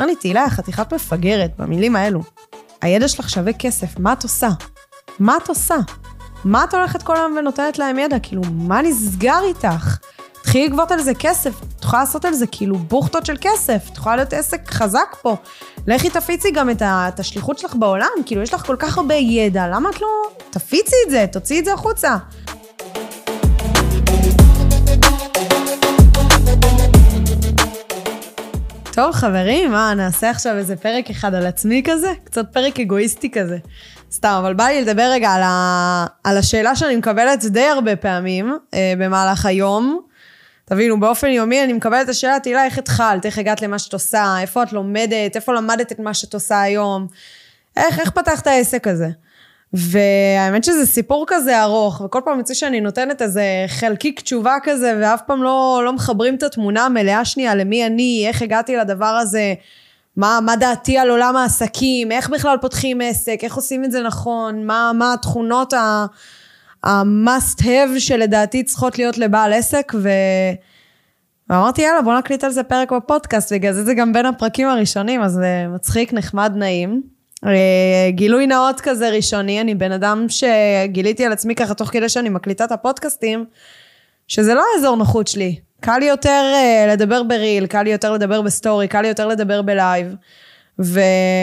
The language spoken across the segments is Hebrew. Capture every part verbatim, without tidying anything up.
אמר לי, תהילה, חתיכת מפגרת, במילים האלו. הידע שלך שווה כסף, מה את עושה? מה את עושה? מה את הולכת כל היום ונותנת להם ידע? כאילו, מה נסגר איתך? תחילי לגבות על זה כסף, תוכל לעשות על זה כאילו בוכתות של כסף, תוכל להיות עסק חזק פה. לכי תפיצי גם את, ה, את השליחות שלך בעולם, כאילו יש לך כל כך הרבה ידע, למה את לא תפיצי את זה, תוציאי את זה החוצה. טוב חברים, מה, נעשה עכשיו איזה פרק אחד על עצמי כזה? קצת פרק אגואיסטי כזה. סתם, אבל בא לי לדבר רגע על, ה... על השאלה שאני מקבלת די הרבה פעמים אה, במהלך היום. תבינו, באופן יומי אני מקבלת את השאלה, תהילה, איך התחלת, איך הגעת למה שאת עושה, איפה את לומדת, איפה למדת את מה שאת עושה היום, איך, איך פתחת העסק הזה? והאמת שזה סיפור כזה ארוך, וכל פעם יוצא שאני נותנת איזה חלקיק תשובה כזה, ואף פעם לא, לא מחברים את התמונה המלאה שנייה, למי אני, איך הגעתי לדבר הזה, מה, מה דעתי על עולם העסקים, איך בכלל פותחים עסק, איך עושים את זה נכון, מה, מה התכונות ה, ה-must have שלדעתי צריכות להיות לבעל עסק, ו... ואמרתי, יאללה, בוא נקליט על זה פרק בפודקאסט, בגלל זה זה גם בין הפרקים הראשונים, אז זה מצחיק, נחמד, נעים. גילוי נאות כזה ראשוני, אני בן אדם שגיליתי על עצמי ככה תוך כדי שאני מקליטה את הפודקאסטים, שזה לא האזור נוחות שלי. קל לי יותר לדבר בריל, קל לי יותר לדבר בסטורי, קל לי יותר לדבר בלייב. ו...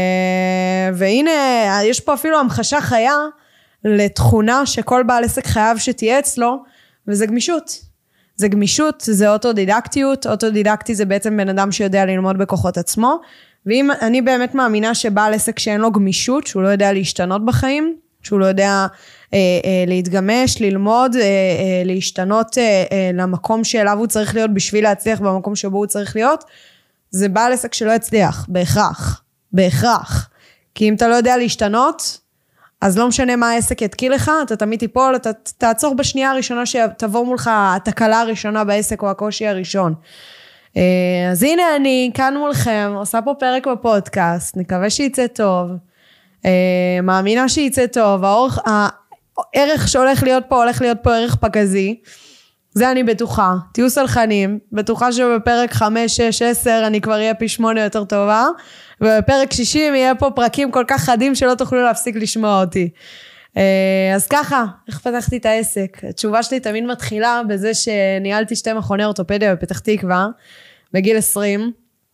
והנה, יש פה אפילו המחשה חיה לתכונה שכל בעל עסק חייב שתהיה אצלו, וזה גמישות. זה גמישות, זה אוטודידקטיות, אוטודידקטי זה בעצם בן אדם שיודע ללמוד בכוחות עצמו, ואם אני באמת מאמינה שבעל עסק שאין לו גמישות, שהוא לא יודע להשתנות בחיים, שהוא לא יודע אה, אה, להתגמש, ללמוד, אה, אה, להשתנות אה, אה, למקום שאליו הוא צריך להיות בשביל להצליח במקום שבו הוא צריך להיות, זה בעל עסק שלא יצליח, בהכרח, בהכרח. כי אם אתה לא יודע להשתנות, אז לא משנה מה העסק יתקיל לך, אתה תמיד תיפול, אתה תעצור בשנייה הראשונה שתבוא מולך התקלה הראשונה בעסק או הקושי הראשון. אז הנה אני כאן מולכם, עושה פה פרק בפודקאסט, נקווה שיצא טוב, מאמינה שיצא טוב, האורך, הערך שהולך להיות פה, הולך להיות פה ערך פגזי, זה אני בטוחה, תהיו סלחנים, בטוחה שבפרק חמש, שש, עשר אני כבר אהיה פי שמונה יותר טובה, ובפרק שישים יהיה פה פרקים כל כך חדים שלא תוכלו להפסיק לשמוע אותי. אז ככה, איך פתחתי את העסק? התשובה שלי תמיד מתחילה בזה שניהלתי שתי מכוני אורתופדיה בפתח תקווה, בגיל עשרים,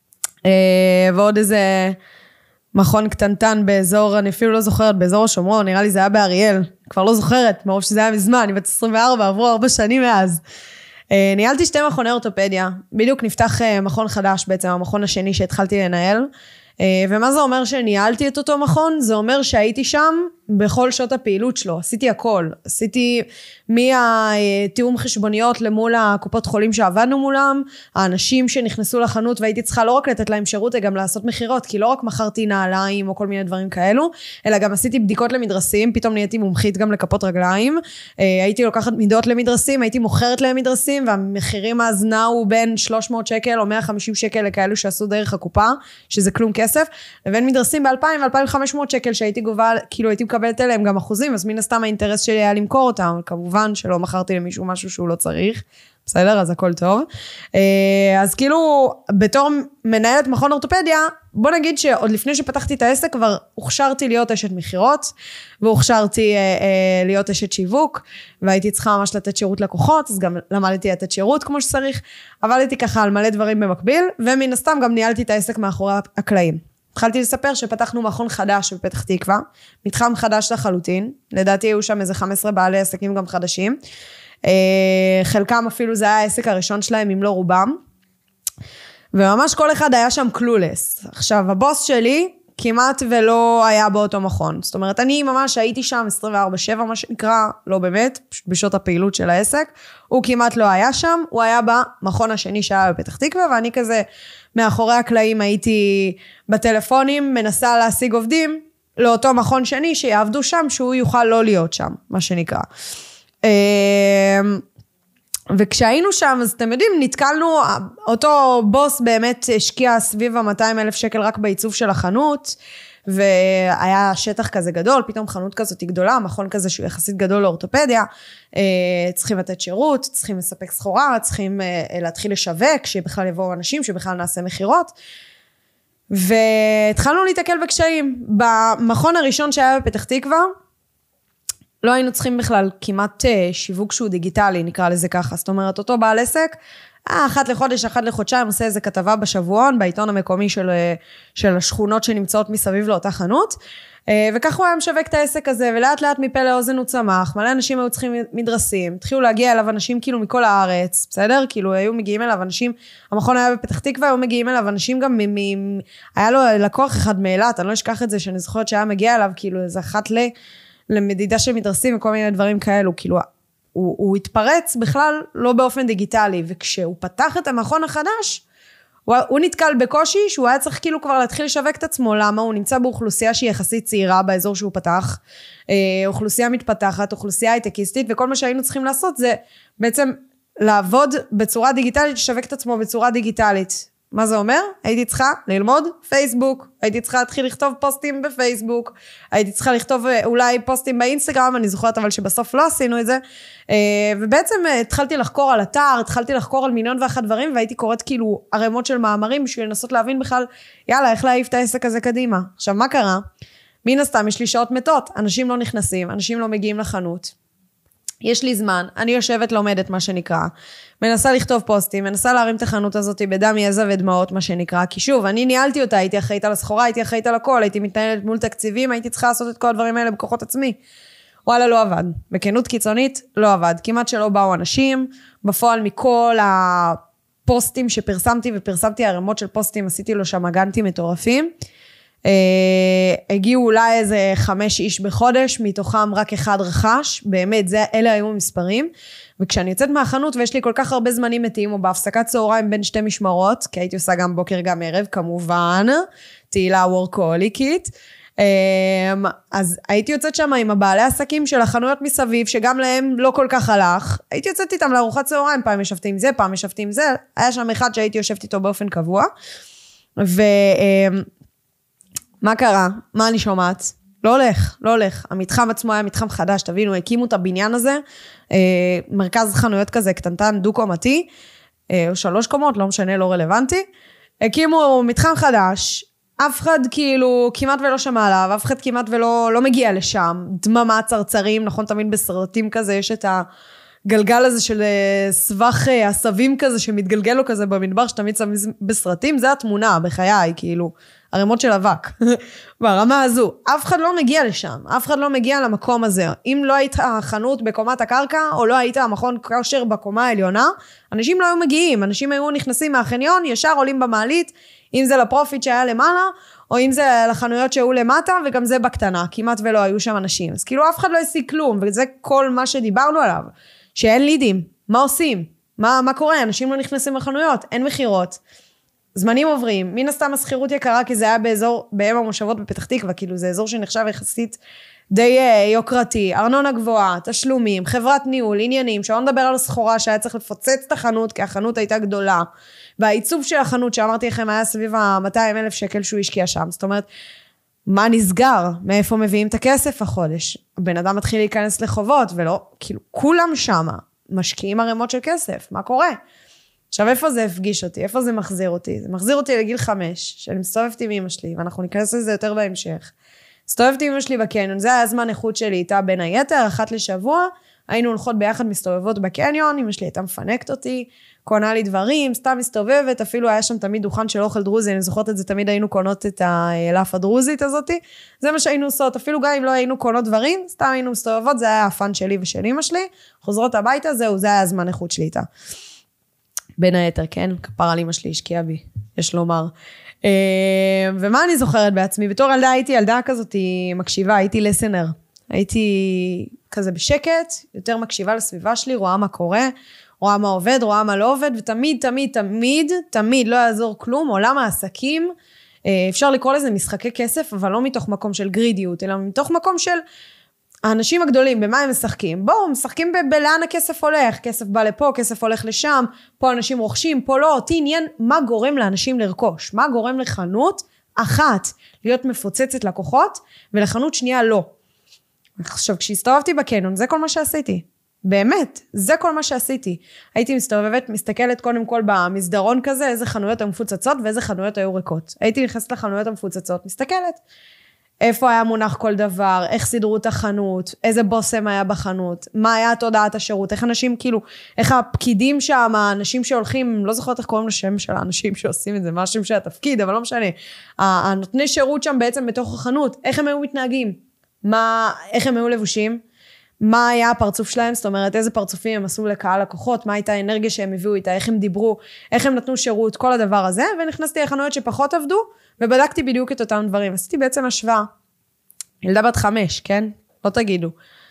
ועוד איזה מכון קטנטן באזור, אני אפילו לא זוכרת, באזור השומרון, נראה לי זה היה באריאל, כבר לא זוכרת, מרוב שזה היה מזמן, אני בת עשרים וארבע, עברו ארבע שנים מאז. ניהלתי שתי מכוני אורתופדיה, בדיוק נפתח מכון חדש בעצם, המכון השני שהתחלתי לנהל, ומה זה אומר שניהלתי את אותו מכון? זה אומר שהייתי שם בכל שעות הפעילות שלו, עשיתי הכל, עשיתי מהתיאום חשבוניות למול הקופות חולים שעבדנו מולם, האנשים שנכנסו לחנות והייתי צריכה לא רק לתת להם שירות, גם לעשות מחירות, כי לא רק מכרתי נעליים או כל מיני דברים כאלו, אלא גם עשיתי בדיקות למדרסים, פתאום נהייתי מומחית גם לכפות רגליים, הייתי לוקחת מידות למדרסים, הייתי מוכרת להם מדרסים, והמחירים אז נעו בין שלוש מאות שקל או מאה וחמישים שקל לכאלו שעשו דרך הקופה, שזה כלום כסף, לבין מדרסים ב-אלפיים ו-אלפיים וחמש מאות שקל שהייתי גובה, כאילו הייתי מקבלת אליהם גם אחוזים, אז מן הסתם האינטרס שלי היה למכור אותם, כמובן שלא מכרתי למישהו משהו שהוא לא צריך, בסדר, אז הכל טוב. אז כאילו, בתור מנהלת מכון אורתופדיה, בוא נגיד שעוד לפני שפתחתי את העסק, כבר הוכשרתי להיות אשת מחירות, והוכשרתי להיות אשת שיווק, והייתי צריכה ממש לתת שירות לקוחות, אז גם למדתי לתת שירות כמו שצריך, עבדתי ככה על מלא דברים במקביל, ומן הסתם גם ניהלתי את העסק מאחורי הקלעים. התחלתי לספר שפתחנו מכון חדש בפתח תקווה, מתחם חדש לחלוטין, לדעתי היו שם איזה חמישה עשר בעלי עסקים גם חדשים, חלקם אפילו זה היה העסק הראשון שלהם, אם לא רובם, וממש כל אחד היה שם קלולס. עכשיו, הבוס שלי כמעט ולא היה באותו מכון, זאת אומרת, אני ממש הייתי שם עשרים וארבע שבע, מה שנקרא, לא באמת, פשוט בשעות הפעילות של העסק, הוא כמעט לא היה שם, הוא היה במכון השני שהיה בפתח תקווה, ואני כזה מאחורי הקלעים הייתי בטלפונים, מנסה להשיג עובדים לאותו מכון שני שיעבדו שם, שהוא יוכל לא להיות שם, מה שנקרא. וכשהיינו שם, אז אתם יודעים, נתקלנו, אותו בוס באמת השקיע סביב ה-מאתיים אלף שקל רק בעיצוב של החנות, והיה שטח כזה גדול, פתאום חנות כזאת גדולה, מכון כזה שהוא יחסית גדול לאורתופדיה, צריכים לתת שירות, צריכים לספק סחורה, צריכים להתחיל לשווק, שבכלל יבואו אנשים, שבכלל נעשה מחירות, והתחלנו להתקל בקשיים. במכון הראשון שהיה בפתח תקווה, לא היינו צריכים בכלל כמעט שיווק שהוא דיגיטלי, נקרא לזה ככה. זאת אומרת, אותו בעל עסק, אחת לחודש, אחת לחודשיים, עושה איזה כתבה בשבועון, בעיתון המקומי של, של השכונות שנמצאות מסביב לאותה חנות, וכך הוא היה משווק את העסק הזה, ולאט לאט מפה לאוזן הוא צמח, מלא אנשים היו צריכים מדרסים, התחילו להגיע אליו אנשים כאילו מכל הארץ, בסדר? כאילו היו מגיעים אליו אנשים, המכון היה בפתח תקווה, היו מגיעים אליו אנשים גם, מ- מ- היה לו לקוח אחד מאילת, אני לא אשכח את זה, שאני זוכרת שהיה מגיע אליו, כאילו איזה אחת ל... למדידה של מדרסים וכל מיני דברים כאלו, כאילו, הוא, הוא התפרץ בכלל לא באופן דיגיטלי, וכשהוא פתח את המכון החדש, הוא, הוא נתקל בקושי, שהוא היה צריך כאילו כבר להתחיל לשווק את עצמו, למה? הוא נמצא באוכלוסייה שהיא יחסית צעירה באזור שהוא פתח, אה, אוכלוסייה מתפתחת, אוכלוסייה הייטקיסטית, וכל מה שהיינו צריכים לעשות זה בעצם לעבוד בצורה דיגיטלית, לשווק את עצמו בצורה דיגיטלית. מה זה אומר? הייתי צריכה ללמוד פייסבוק, הייתי צריכה להתחיל לכתוב פוסטים בפייסבוק, הייתי צריכה לכתוב אולי פוסטים באינסטגרם, אני זוכרת אבל שבסוף לא עשינו את זה, ובעצם התחלתי לחקור על אתר, התחלתי לחקור על מיליון ואחת דברים, והייתי קוראת כאילו ערימות של מאמרים, בשביל לנסות להבין בכלל, יאללה, איך להעיף את העסק הזה קדימה. עכשיו, מה קרה? מן הסתם, יש לי שעות מתות, אנשים לא נכנסים, אנשים לא מגיעים לחנות, יש לי זמן, אני יושבת לומדת מה שנקרא, מנסה לכתוב פוסטים, מנסה להרים את החנות הזאת בדם יזע ודמעות מה שנקרא, כי שוב, אני ניהלתי אותה, הייתי אחראית על הסחורה, הייתי אחראית על הכל, הייתי מתנהלת מול תקציבים, הייתי צריכה לעשות את כל הדברים האלה בכוחות עצמי. וואלה, לא עבד. בכנות קיצונית, לא עבד. כמעט שלא באו אנשים, בפועל מכל הפוסטים שפרסמתי, ופרסמתי הרמות של פוסטים, עשיתי לו שם אגנטים מטורפים, הגיעו אולי איזה חמש איש בחודש, מתוכם רק אחד רכש, באמת, זה, אלה היו המספרים, וכשאני יוצאת מהחנות ויש לי כל כך הרבה זמנים מתים, או בהפסקת צהריים בין שתי משמרות, כי הייתי עושה גם בוקר גם ערב, כמובן, תהילה וורקהוליקית, אז הייתי יוצאת שם עם הבעלי עסקים של החנויות מסביב, שגם להם לא כל כך הלך, הייתי יוצאת איתם לארוחת צהריים, פעם ישבתי עם זה, פעם ישבתי עם זה, היה שם אחד שהייתי יושבת איתו באופן קבוע, ו... מה קרה? מה אני שומעת? לא הולך, לא הולך. המתחם עצמו היה מתחם חדש, תבינו, הקימו את הבניין הזה, מרכז חנויות כזה, קטנטן, דו-קומתי, או שלוש קומות, לא משנה, לא רלוונטי. הקימו מתחם חדש, אף אחד כאילו כמעט ולא שמע עליו, אף אחד כמעט ולא לא מגיע לשם, דממה, צרצרים, נכון, תמיד בסרטים כזה, יש את הגלגל הזה של סבך הסבים כזה, שמתגלגל לו כזה במדבר, שתמיד שמים בסרטים, זה התמונה בחיי, כאילו. הרמות של אבק, ברמה הזו, אף אחד לא מגיע לשם, אף אחד לא מגיע למקום הזה, אם לא היית החנות בקומת הקרקע, או לא היית המכון כושר בקומה העליונה, אנשים לא היו מגיעים, אנשים היו נכנסים מהחניון, ישר עולים במעלית, אם זה לפרופיט שהיה למעלה, או אם זה לחנויות שהיו למטה, וגם זה בקטנה, כמעט ולא היו שם אנשים, אז כאילו אף אחד לא השיג כלום, וזה כל מה שדיברנו עליו, שאין לידים, מה עושים? מה, מה קורה? אנשים לא נכנסים לחנויות, אין מחירות, זמנים עוברים, מן הסתם הסחירות יקרה, כי זה היה באזור, באם המושבות בפתח תקווה, כאילו זה אזור שנחשב יחסית די יוקרתי, ארנונה גבוהה, תשלומים, חברת ניהול, עניינים, שלא נדבר על הסחורה שהיה צריך לפוצץ את החנות, כי החנות הייתה גדולה, והעיצוב של החנות שאמרתי לכם היה סביב ה-מאתיים אלף שקל שהוא השקיע שם, זאת אומרת, מה נסגר? מאיפה מביאים את הכסף החודש? הבן אדם מתחיל להיכנס לחובות, ולא, כאילו, כולם שמה, משקיעים הרמות של כסף, מה קורה? עכשיו, איפה זה הפגיש אותי? איפה זה מחזיר אותי? זה מחזיר אותי לגיל חמש, שאני מסתובבת עם אמא שלי, ואנחנו ניכנס לזה יותר בהמשך. מסתובבת עם אמא שלי בקניון, זה היה הזמן איכות שלי איתה בין היתר, אחת לשבוע, היינו הולכות ביחד מסתובבות בקניון, אמא שלי הייתה מפנקת אותי, קונה לי דברים, סתם מסתובבת, אפילו היה שם תמיד דוכן של אוכל דרוזי, אני זוכרת את זה, תמיד היינו קונות את האלף הדרוזית הזאת, זה מה שהיינו עושות, אפילו גם אם לא היינו קונות דברים, סתם היינו מסתובבות, זה היה הפן שלי ושל אמא שלי, חוזרות הביתה, זהו, זה היה הזמן איכות שלי איתה. בין היתר, כן, כפר על אמא שלי השקיעה בי, יש לומר. ומה אני זוכרת בעצמי? בתור ילדה הייתי ילדה כזאת, מקשיבה, הייתי לסנר. הייתי כזה בשקט, יותר מקשיבה לסביבה שלי, רואה מה קורה, רואה מה עובד, רואה מה לא עובד, ותמיד, תמיד, תמיד, תמיד לא יעזור כלום, עולם העסקים, אפשר לקרוא לזה משחקי כסף, אבל לא מתוך מקום של גרידיות, אלא מתוך מקום של האנשים הגדולים, במה הם משחקים? בואו, משחקים ב- בלאן הכסף הולך, כסף בא לפה, כסף הולך לשם, פה אנשים רוכשים, פה לא, אותי עניין מה גורם לאנשים לרכוש, מה גורם לחנות אחת להיות מפוצצת לקוחות, ולחנות שנייה לא. עכשיו, כשהסתובבתי בקניון, זה כל מה שעשיתי. באמת, זה כל מה שעשיתי. הייתי מסתובבת, מסתכלת קודם כל במסדרון כזה, איזה חנויות היו מפוצצות ואיזה חנויות היו ריקות. הייתי נכנסת לחנויות המפוצצות, מסתכלת. איפה היה מונח כל דבר, איך סידרו את החנות, איזה בוסם היה בחנות, מה היה תודעת השירות, איך אנשים כאילו, איך הפקידים שם, האנשים שהולכים, לא זוכרת איך קוראים לשם של האנשים שעושים את זה, מה השם של התפקיד, אבל לא משנה. הנותני שירות שם בעצם בתוך החנות, איך הם היו מתנהגים, מה, איך הם היו לבושים, מה היה הפרצוף שלהם, זאת אומרת, איזה פרצופים הם עשו לקהל לקוחות, מה הייתה האנרגיה שהם הביאו איתה, איך הם דיברו, איך הם נתנו שירות, כל הדבר הזה, ונכנסתי לחנויות שפחות עבדו, ובדקתי בדיוק את אותם דברים. עשיתי בעצם השוואה. ילדה בת חמש, כן? לא תגידו.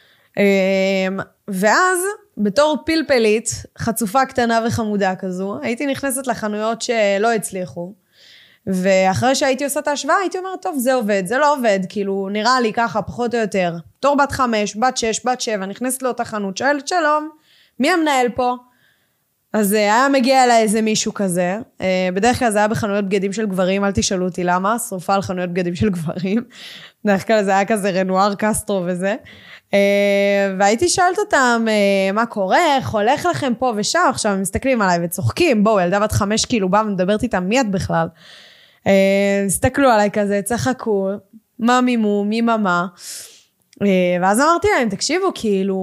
ואז, בתור פלפלית, חצופה קטנה וחמודה כזו, הייתי נכנסת לחנויות שלא הצליחו, ואחרי שהייתי עושה את ההשוואה, הייתי אומרת, טוב, זה עובד, זה לא עובד, כאילו, נראה לי ככה, פחות או יותר. בתור בת חמש, בת שש, בת שבע, נכנסת לאותה חנות, שואלת, שלום, מי המנהל פה? אז היה מגיע אליי איזה מישהו כזה, בדרך כלל זה היה בחנויות בגדים של גברים, אל תשאלו אותי למה, שרופה על חנויות בגדים של גברים, בדרך כלל זה היה כזה רנואר קסטרו וזה, והייתי שואלת אותם, מה קורה, איך הולך לכם פה ושם, עכשיו הם מסתכלים עליי וצוחקים, בואו, ילדה בת חמש כאילו באה ומדברת איתם, מי את בכלל? הסתכלו עליי כזה, צחקו, מה מימו, מי ממה, ואז אמרתי להם, תקשיבו, כאילו,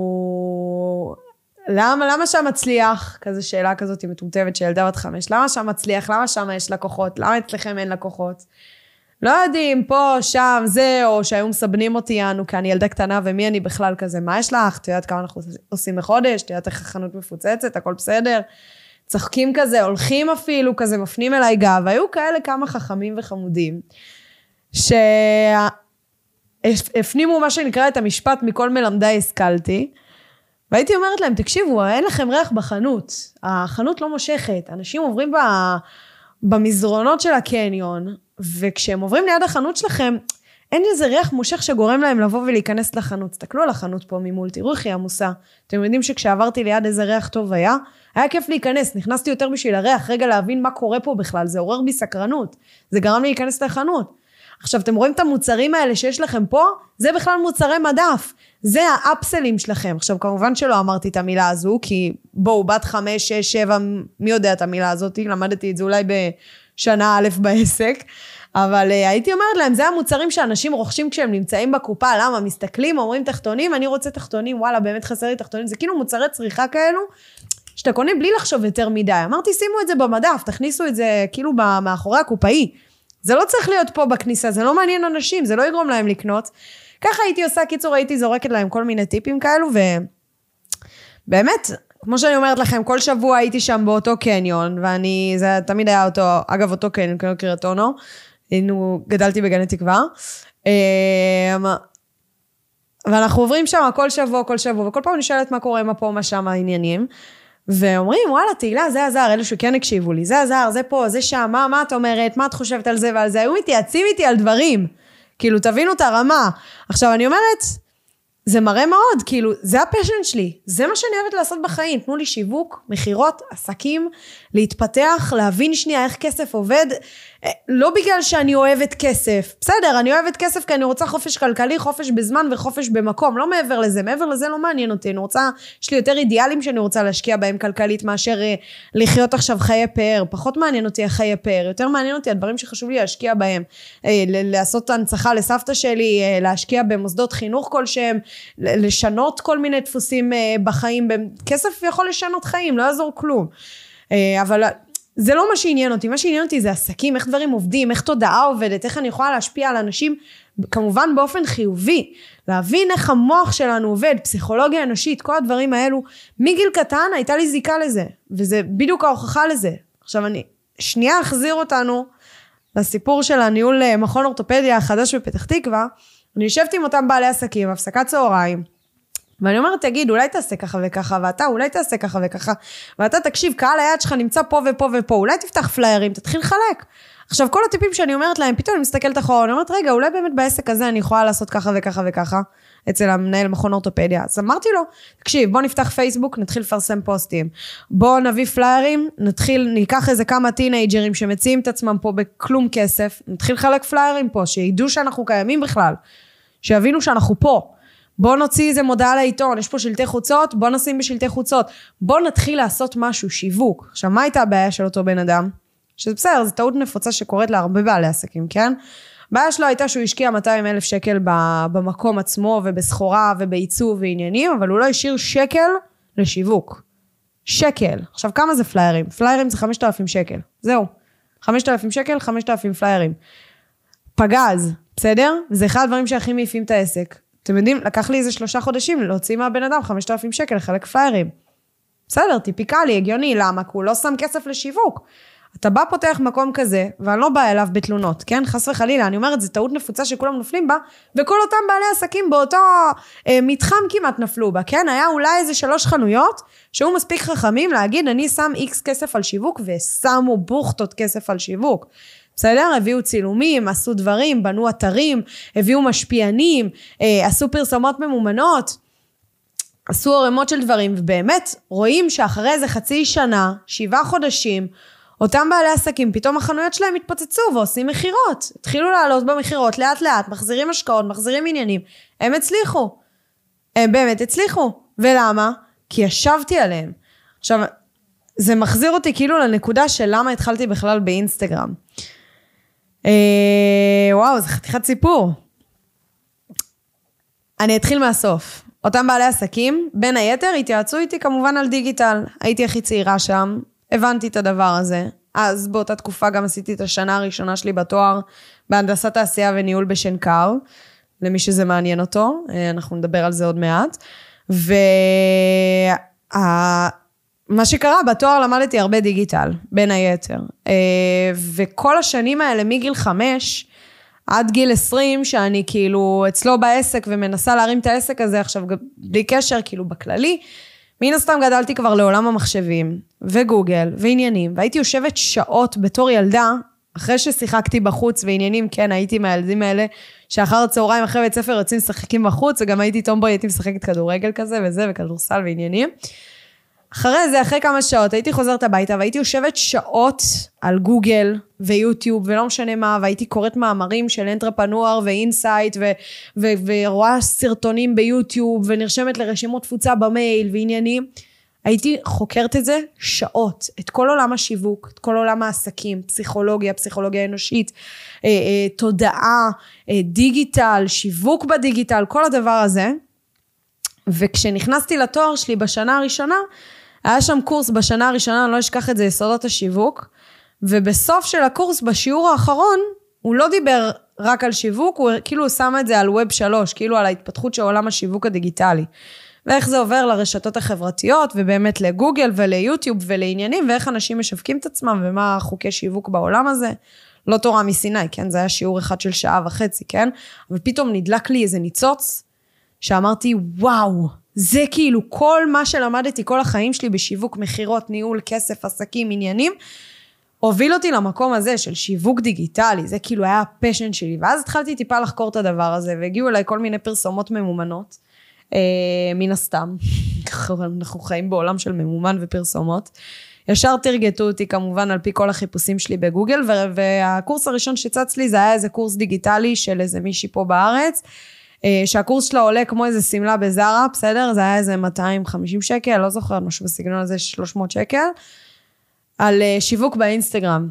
למה, למה שם מצליח? כזו שאלה כזאת מטומטמת של ילדה בת חמש, למה שם מצליח? למה שם יש לקוחות? למה אצלכם אין לקוחות? לא יודעים, פה, שם, זה, או שהיו מסבנים אותי אנו, כי אני ילדה קטנה, ומי אני בכלל כזה, מה יש לך? את יודעת כמה אנחנו עושים בחודש? את יודעת איך החנות מפוצצת, הכל בסדר? צחקים כזה, הולכים אפילו, כזה מפנים אליי גב, והיו כאלה כמה חכמים וחמודים, שהפנימו מה שנקרא את המשפט, מכל מלמדי השכלתי, והייתי אומרת להם, תקשיבו, אין לכם ריח בחנות, החנות לא מושכת, אנשים עוברים במזרונות של הקניון, וכשהם עוברים ליד החנות שלכם, אין איזה ריח מושך שגורם להם לבוא ולהיכנס לחנות, תסתכלו על החנות פה ממול, תראו איך היא עמוסה, אתם יודעים שכשעברתי ליד איזה ריח טוב היה, היה כיף להיכנס, נכנסתי יותר בשביל הריח, רגע להבין מה קורה פה בכלל, זה עורר בי סקרנות, זה גרם לי להיכנס לחנות. עכשיו, אתם רואים את המוצרים האלה שיש לכם פה, זה בכלל מוצרי מדף, זה האפסלים שלכם. עכשיו, כמובן שלא אמרתי את המילה הזו, כי בואו, בת חמש, שש, שבע, מי יודע את המילה הזאת, למדתי את זה אולי בשנה א' בעסק, אבל uh, הייתי אומרת להם, זה המוצרים שאנשים רוכשים כשהם נמצאים בקופה, למה? מסתכלים, אומרים תחתונים, אני רוצה תחתונים, וואלה, באמת חסר לי תחתונים, זה כאילו מוצרי צריכה כאלו, שאתה קונה בלי לחשוב יותר מדי. אמרתי, שימו את זה במדף, תכניסו את זה כאילו מאחורי הקופאי. זה לא צריך להיות פה בכניסה, זה לא מעניין אנשים, זה לא יגרום להם לקנות. ככה הייתי עושה, קיצור, הייתי זורקת להם כל מיני טיפים כאלו, ובאמת, כמו שאני אומרת לכם, כל שבוע הייתי שם באותו קניון, ואני, זה תמיד היה אותו, אגב, אותו קניון, קניון קריית אונו, היינו, גדלתי בגני תקווה, ואנחנו עוברים שם כל שבוע, כל שבוע, וכל פעם אני שואלת מה קורה, מה פה, מה שם העניינים, ואומרים, וואלה, תהילה, זה עזר, אלו שכן הקשיבו לי, זה עזר, זה פה, זה שם, מה, מה את אומרת, מה את חושבת על זה ועל זה, היו מתייעצים איתי על דברים, כאילו, תבינו את הרמה. עכשיו, אני אומרת, זה מראה מאוד, כאילו, זה הפשן שלי, זה מה שאני אוהבת לעשות בחיים, תנו לי שיווק, מחירות, עסקים, להתפתח, להבין שנייה איך כסף עובד, לא בגלל שאני אוהבת כסף, בסדר, אני אוהבת כסף כי אני רוצה חופש כלכלי, חופש בזמן וחופש במקום, לא מעבר לזה, מעבר לזה לא מעניין אותי, אני רוצה, יש לי יותר אידיאלים שאני רוצה להשקיע בהם כלכלית, מאשר לחיות עכשיו חיי פאר, פחות מעניין אותי החיי פאר, יותר מעניין אותי הדברים שחשוב לי להשקיע בהם, לעשות הנצחה לסבתא שלי, להשקיע במוסדות חינוך כלשהם, לשנות כל מיני דפוסים בחיים, כסף יכול לשנות חיים, לא יעזור כלום, אבל זה לא מה שעניין אותי, מה שעניין אותי זה עסקים, איך דברים עובדים, איך תודעה עובדת, איך אני יכולה להשפיע על אנשים, כמובן באופן חיובי, להבין איך המוח שלנו עובד, פסיכולוגיה אנושית, כל הדברים האלו, מגיל קטן הייתה לי זיקה לזה, וזה בדיוק ההוכחה לזה. עכשיו אני, שנייה אחזיר אותנו לסיפור של הניהול מכון אורתופדיה החדש בפתח תקווה, אני יושבת עם אותם בעלי עסקים, הפסקת צהריים, ואני אומרת, תגיד, אולי תעשה ככה וככה, ואתה אולי תעשה ככה וככה, ואתה תקשיב, קהל היד שלך נמצא פה ופה ופה, אולי תפתח פליירים, תתחיל לחלק. עכשיו, כל הטיפים שאני אומרת להם, פתאום אני מסתכלת אחורה, אני אומרת, רגע, אולי באמת בעסק הזה אני יכולה לעשות ככה וככה וככה, אצל המנהל מכון אורתופדיה. אז אמרתי לו, תקשיב, בוא נפתח פייסבוק, נתחיל לפרסם פוסטים, בוא נביא פליירים, נתחיל, ניקח איזה כמה טינאג'רים שמציעים את עצמם פה בכלום כסף, נתחיל לחלק פליירים פה, שידעו שאנחנו קיימים בכלל, שיבינו שאנחנו פה. בוא נוציא איזה מודעה לעיתון, יש פה שלטי חוצות, בוא נשים בשלטי חוצות, בוא נתחיל לעשות משהו, שיווק. עכשיו, מה הייתה הבעיה של אותו בן אדם? שזה בסדר, זו טעות נפוצה שקורית להרבה בעלי עסקים, כן? הבעיה שלו הייתה שהוא השקיע מאתיים אלף שקל במקום עצמו, ובסחורה ובעיצוב ועניינים, אבל הוא לא השאיר שקל לשיווק. שקל. עכשיו, כמה זה פליירים? פליירים זה חמשת אלפים שקל. זהו. חמשת אלפים שקל, חמשת אלפים פליירים. פגז, בסדר? זה אחד הדברים שהכי מעיפים את העסק. אתם יודעים, לקח לי איזה שלושה חודשים להוציא מהבן אדם חמשת אלפים שקל לחלק פליירים. בסדר, טיפיקלי, הגיוני, למה? כי הוא לא שם כסף לשיווק. אתה בא פותח מקום כזה, ואני לא באה אליו בתלונות, כן? חס וחלילה, אני אומרת, זו טעות נפוצה שכולם נופלים בה, וכל אותם בעלי עסקים באותו אה, מתחם כמעט נפלו בה, כן? היה אולי איזה שלוש חנויות, שהיו מספיק חכמים להגיד, אני שם איקס כסף על שיווק, ושמו בוכתות כסף על שיווק. בסדר? הביאו צילומים, עשו דברים, בנו אתרים, הביאו משפיענים, אה, עשו פרסומות ממומנות, עשו ערימות של דברים, ובאמת רואים שאחרי איזה חצי שנה, שבעה חודשים, אותם בעלי עסקים, פתאום החנויות שלהם התפוצצו ועושים מחירות. התחילו לעלות במחירות לאט לאט, מחזירים השקעות, מחזירים עניינים. הם הצליחו. הם באמת הצליחו. ולמה? כי ישבתי עליהם. עכשיו, זה מחזיר אותי כאילו לנקודה של למה התחלתי בכלל באינסטגרם. אה, וואו, זה חתיכת סיפור. אני אתחיל מהסוף. אותם בעלי עסקים, בין היתר, התייעצו איתי כמובן על דיגיטל. הייתי הכי צעירה שם. הבנתי את הדבר הזה. אז באותה תקופה גם עשיתי את השנה הראשונה שלי בתואר, בהנדסת תעשייה וניהול בשנקר, למי שזה מעניין אותו, אנחנו נדבר על זה עוד מעט. ומה שקרה, בתואר למדתי הרבה דיגיטל, בין היתר. וכל השנים האלה, מגיל חמש, עד גיל עשרים, שאני כאילו אצלו בעסק, ומנסה להרים את העסק הזה, עכשיו בלי קשר, כאילו בכללי, מן הסתם גדלתי כבר לעולם המחשבים, וגוגל, ועניינים, והייתי יושבת שעות בתור ילדה, אחרי ששיחקתי בחוץ ועניינים, כן, הייתי מהילדים האלה, שאחר הצהריים, אחרי בית ספר, יוצאים לשחקים בחוץ, וגם הייתי טומבוי, הייתי משחקת כדורגל כזה, וזה, וכדורסל ועניינים. אחרי זה, אחרי כמה שעות, הייתי חוזרת הביתה, והייתי יושבת שעות על גוגל ויוטיוב, ולא משנה מה, והייתי קוראת מאמרים של אנטרפנואר ואינסייט, ו- ו- ורואה סרטונים ביוטיוב, ונרשמת לרשימות תפוצה במייל ועניינים. הייתי חוקרת את זה שעות, את כל עולם השיווק, את כל עולם העסקים, פסיכולוגיה, פסיכולוגיה אנושית, אה, אה, תודעה, אה, דיגיטל, שיווק בדיגיטל, כל הדבר הזה. וכשנכנסתי לתואר שלי בשנה הראשונה, היה שם קורס בשנה הראשונה, אני לא אשכח את זה, יסודות השיווק, ובסוף של הקורס, בשיעור האחרון, הוא לא דיבר רק על שיווק, הוא כאילו שם את זה על ווב שלוש, כאילו על ההתפתחות של עולם השיווק הדיגיטלי, ואיך זה עובר לרשתות החברתיות, ובאמת לגוגל וליוטיוב ולעניינים, ואיך אנשים משווקים את עצמם, ומה חוקי שיווק בעולם הזה, לא תורה מסיני, כן? זה היה שיעור אחד של שעה וחצי, כן? אבל פתאום נדלק לי איזה ניצוץ, שאמרתי, וואו, זה כאילו כל מה שלמדתי, כל החיים שלי בשיווק, מחירות, ניהול, כסף, עסקים, עניינים, הוביל אותי למקום הזה של שיווק דיגיטלי, זה כאילו היה הפשן שלי, ואז התחלתי טיפה לחקור את הדבר הזה, והגיעו אליי כל מיני פרסומות ממומנות, אה, מן הסתם, אנחנו חיים בעולם של ממומן ופרסומות, ישר תרגטו אותי כמובן על פי כל החיפושים שלי בגוגל, והקורס הראשון שצץ לי זה היה איזה קורס דיגיטלי של איזה מישהי פה בארץ, שהקורס שלה עולה כמו איזה סמלה בזרה, בסדר? זה היה איזה מאתיים וחמישים שקל, לא זוכרת משהו בסגנון הזה, שלוש מאות שקל, על שיווק באינסטגרם.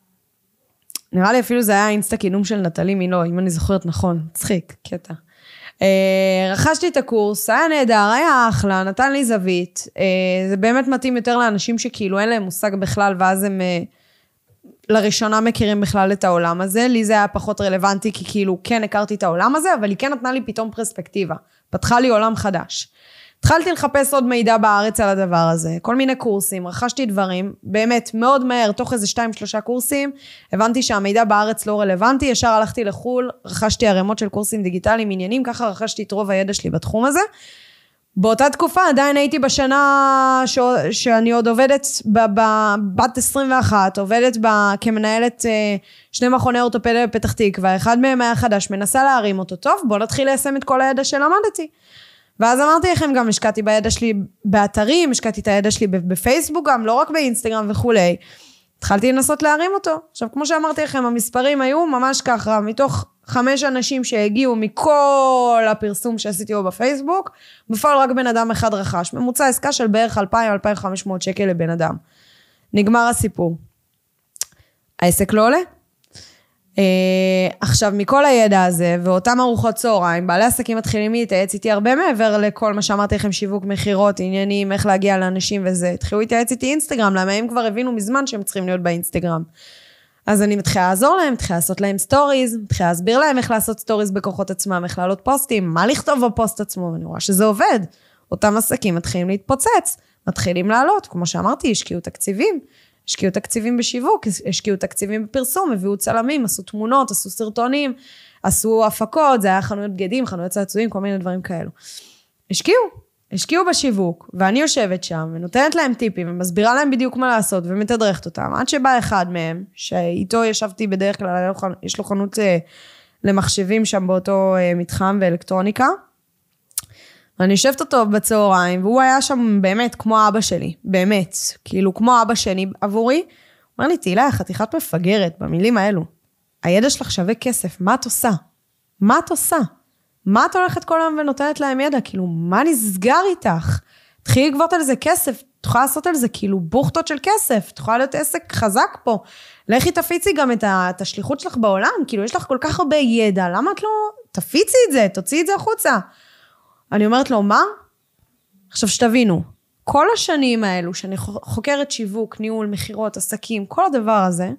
נראה לי אפילו זה היה אינסטה כינום של נטלי מינו, אם אני זוכרת נכון, צחיק, קטע. רכשתי את הקורס, היה נהדר, היה אחלה, נתן לי זווית, זה באמת מתאים יותר לאנשים שכאילו אין להם מושג בכלל, ואז הם לראשונה מכירים בכלל את העולם הזה, לי זה היה פחות רלוונטי, כי כאילו כן הכרתי את העולם הזה, אבל היא כן נתנה לי פתאום פרספקטיבה, פתחה לי עולם חדש. התחלתי לחפש עוד מידע בארץ על הדבר הזה, כל מיני קורסים, רכשתי דברים, באמת מאוד מהר, תוך איזה שתיים שלושה קורסים, הבנתי שהמידע בארץ לא רלוונטי, ישר הלכתי לחול, רכשתי ערימות של קורסים דיגיטליים, עניינים, ככה רכשתי את רוב הידע שלי בתחום הזה. באותה תקופה עדיין הייתי בשנה ש... שאני עוד עובדת בבת עשרים ואחת, עובדת ב... כמנהלת שני מכוני אורתופדיה בפתח תקווה, אחד מהם היה חדש, מנסה להרים אותו טוב, בוא נתחיל ליישם את כל הידע שלמדתי. ואז אמרתי לכם, גם השקעתי בידע שלי באתרים, השקעתי את הידע שלי בפייסבוק גם, לא רק באינסטגרם וכולי. התחלתי לנסות להרים אותו. עכשיו, כמו שאמרתי לכם, המספרים היו ממש ככה, מתוך חמש אנשים שהגיעו מכל הפרסום שעשיתי לו בפייסבוק, בפועל רק בן אדם אחד רכש, ממוצע עסקה של בערך אלפיים עד אלפיים וחמש מאות שקל לבן אדם. נגמר הסיפור. העסק לא עולה. Uh, עכשיו, מכל הידע הזה, ואותם ארוחות צהריים, בעלי עסקים מתחילים להתייעץ איתי הרבה מעבר לכל מה שאמרתי לכם, שיווק, מחירות, עניינים, איך להגיע לאנשים וזה. התחילו להתייעץ איתי אינסטגרם, למה הם כבר הבינו מזמן שהם צריכים להיות באינסטגרם. אז אני מתחילה לעזור להם, מתחילה לעשות להם סטוריז, מתחילה להסביר להם איך לעשות סטוריז בכוחות עצמם, איך לעלות פוסטים, מה לכתוב בפוסט עצמו, ואני רואה שזה עובד. אותם עסקים מתחילים להתפוצץ, מתחילים לעלות, כמו שאמרתי, השקיעו תקציבים, השקיעו תקציבים בשיווק, השקיעו תקציבים בפרסום, הביאו צלמים, עשו תמונות, עשו סרטונים, עשו הפקות, זה היה חנויות בגדים, חנויות צעצועים, כל מיני דברים כאלו. השקיעו, השקיעו בשיווק, ואני יושבת שם, ונותנת להם טיפים, ומסבירה להם בדיוק מה לעשות, ומתדרכת אותם, עד שבא אחד מהם, שאיתו ישבתי בדרך כלל, יש לו חנות למחשבים שם באותו מתחם ואלקטרוניקה, אני יושבת אותו בצהריים, והוא היה שם באמת כמו אבא שלי, באמת, כאילו כמו אבא שלי עבורי, הוא אומר לי, תהילה, חתיכת מפגרת, במילים האלו, הידע שלך שווה כסף, מה את עושה? מה את עושה? מה את הולכת כל היום ונותנת להם ידע? כאילו, מה נסגר איתך? תחילי לגבות על זה כסף, תוכל לעשות על זה כאילו בוכתות של כסף, תוכל להיות עסק חזק פה, לכי תפיצי גם את, ה, את השליחות שלך בעולם, כאילו יש לך כל כך הרבה ידע, למה את לא, תפיצי את זה, תוציאי את זה החוצה. אני אומרת לו, מה? עכשיו שתבינו, כל השנים האלו, שאני חוקרת שיווק, ניהול, מחירות, עסקים, כל הדבר הזה,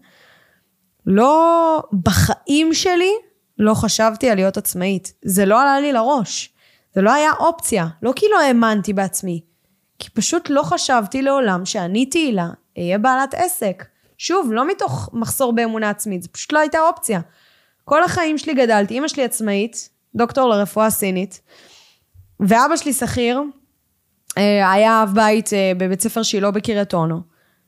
לא, בחיים שלי, לא חשבתי על להיות עצמאית. זה לא עלה לי לראש. זה לא היה אופציה. לא כי לא האמנתי בעצמי. כי פשוט לא חשבתי לעולם שאני תהילה, אהיה בעלת עסק. שוב, לא מתוך מחסור באמונה עצמית, זה פשוט לא הייתה אופציה. כל החיים שלי גדלתי, אמא שלי עצמאית, דוקטור לרפואה סינית, ואבא שלי שכיר, היה אב בית בבית ספר שילה בקריית אונו.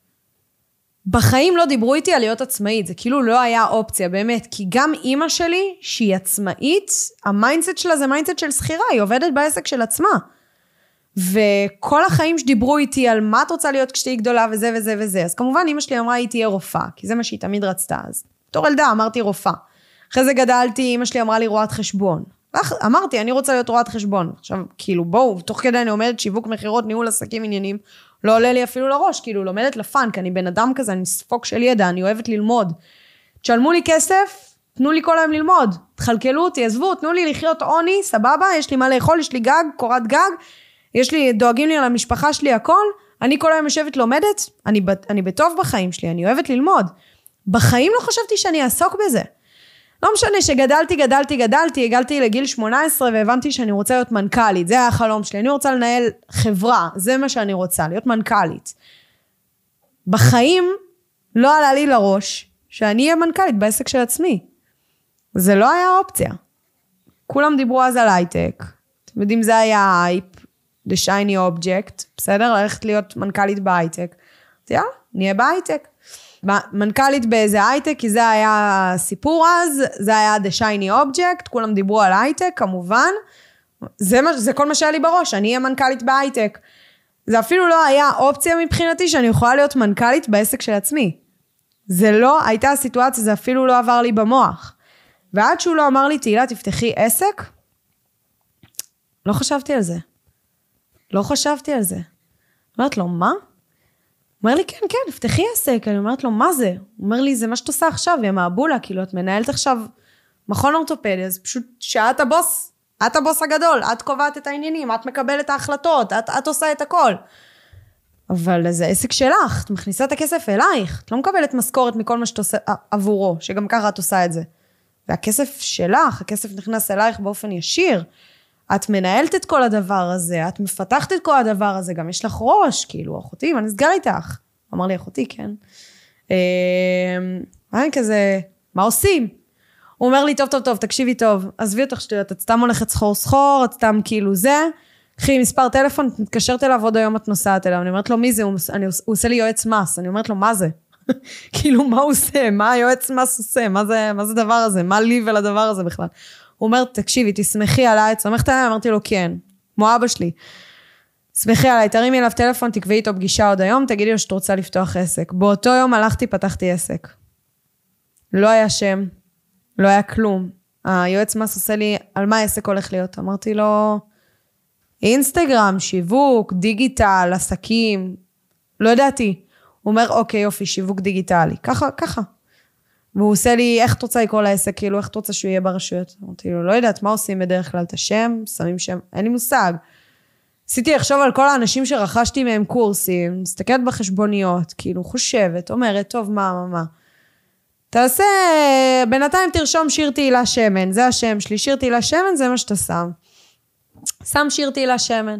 בחיים לא דיברו איתי על להיות עצמאית, זה כאילו לא היה אופציה, באמת, כי גם אמא שלי, שהיא עצמאית, המיינדסט שלה זה מיינדסט של שכירה, היא עובדת בעסק של עצמה. וכל החיים שדיברו איתי על מה את רוצה להיות כשתהי גדולה וזה וזה וזה, אז כמובן אמא שלי אמרה, היא תהיה רופאה, כי זה מה שהיא תמיד רצתה, אז בתור ילדה אמרתי רופאה. אחרי זה גדלתי, אמא שלי אמרה לי רואת חשבון. אמרתי, אני רוצה להיות רואת חשבון. עכשיו, כאילו, בואו, תוך כדי אני עומדת שיווק מחירות, ניהול עסקים עניינים, לא עולה לי אפילו לראש, כאילו, לומדת לפן, כי אני בן אדם כזה, אני ספוק של ידע, אני אוהבת ללמוד. תשלמו לי כסף, תנו לי כל היום ללמוד. תחלקלו אותי, עזבו, תנו לי לחיות עוני, סבבה, יש לי מה לאכול, יש לי גג, קורת גג, יש לי, דואגים לי על המשפחה שלי, הכל. אני כל היום יושבת לומדת, אני, אני בטוב בחיים שלי, אני אוהבת ללמוד. בחיים לא חשבתי שאני אעסוק בזה. לא משנה שגדלתי, גדלתי, גדלתי, הגעתי לגיל שמונה עשרה והבנתי שאני רוצה להיות מנכ"לית, זה היה החלום שלי, אני רוצה לנהל חברה, זה מה שאני רוצה, להיות מנכ"לית. בחיים לא עלה לי לראש שאני אהיה מנכ"לית בעסק של עצמי. זה לא היה אופציה. כולם דיברו אז על הייטק, אתם יודעים, זה היה האייפ, the shiny object, בסדר? ללכת להיות מנכ"לית בהייטק. אז יאללה, נהיה בהייטק. מנכ"לית באיזה הייטק, כי זה היה סיפור אז, זה היה the shiny object, כולם דיברו על הייטק, כמובן, זה, זה כל מה שהיה לי בראש, אני אהיה מנכ"לית בהייטק. זה אפילו לא היה אופציה מבחינתי, שאני יכולה להיות מנכ"לית בעסק של עצמי. זה לא הייתה הסיטואציה, זה אפילו לא עבר לי במוח. ועד שהוא לא אמר לי, תהילה, תפתחי עסק, לא חשבתי על זה. לא חשבתי על זה. אומרת לו, מה? הוא אומר לי, כן, כן, פתחי עסק. אני אומרת לו, מה זה? הוא אומר לי, זה מה שאת עושה עכשיו, יא מעבולה, כאילו, את מנהלת עכשיו מכון אורתופדיה, אז פשוט שאת הבוס, את הבוס הגדול, את קובעת את העניינים, את מקבלת את ההחלטות, את, את עושה את הכל. אבל זה עסק שלך, את מכניסה את הכסף אלייך, את לא מקבלת משכורת מכל מה שאת עושה עבורו, שגם ככה את עושה את זה. והכסף שלך, הכסף נכנס אלייך באופן ישיר, את מנהלת את כל הדבר הזה, את מפתחת את כל הדבר הזה, גם יש לך ראש, כאילו, אחותי, מה נסגר איתך? אמר לי, אחותי, כן. אני כזה, מה עושים? הוא אומר לי, טוב, טוב, טוב, תקשיבי טוב, עזבי אותך שטויות, את סתם הולכת סחור סחור, את סתם כאילו זה, קחי מספר טלפון, את מתקשרת אליו, עוד היום את נוסעת אליו, אני אומרת לו, מי זה? הוא, אני, הוא עושה לי יועץ מס, אני אומרת לו, מה זה? כאילו, מה הוא עושה? מה היועץ מס עושה? מה זה, מה זה דבר הזה? מה לי ולדבר הזה בכלל? הוא אומר, תקשיבי, תסמכי עליי, תסמכת עליי, אמרתי לו, כן, כמו אבא שלי. סמכי עליי, תרימי אליו טלפון, תקבעי איתו פגישה עוד היום, תגידי לו שאת רוצה לפתוח עסק. באותו יום הלכתי, פתחתי עסק. לא היה שם, לא היה כלום. היועץ מס עושה לי, על מה העסק הולך להיות? אמרתי לו, אינסטגרם, שיווק, דיגיטל, עסקים, לא ידעתי. הוא אומר, אוקיי, יופי, שיווק דיגיטלי. ככה, ככה. והוא עושה לי, איך את רוצה לקרוא לעסק? כאילו, איך את רוצה שהוא יהיה ברשויות? אמרתי לו, לא יודעת, מה עושים בדרך כלל? את השם, שמים שם, אין לי מושג. עשיתי לחשוב על כל האנשים שרכשתי מהם קורסים, מסתכלת בחשבוניות, כאילו, חושבת, אומרת, טוב, מה, מה, מה. תעשה, בינתיים תרשום שיר תהילה שמן, זה השם שלי, שיר תהילה שמן, זה מה שאתה שם. שם שיר תהילה שמן.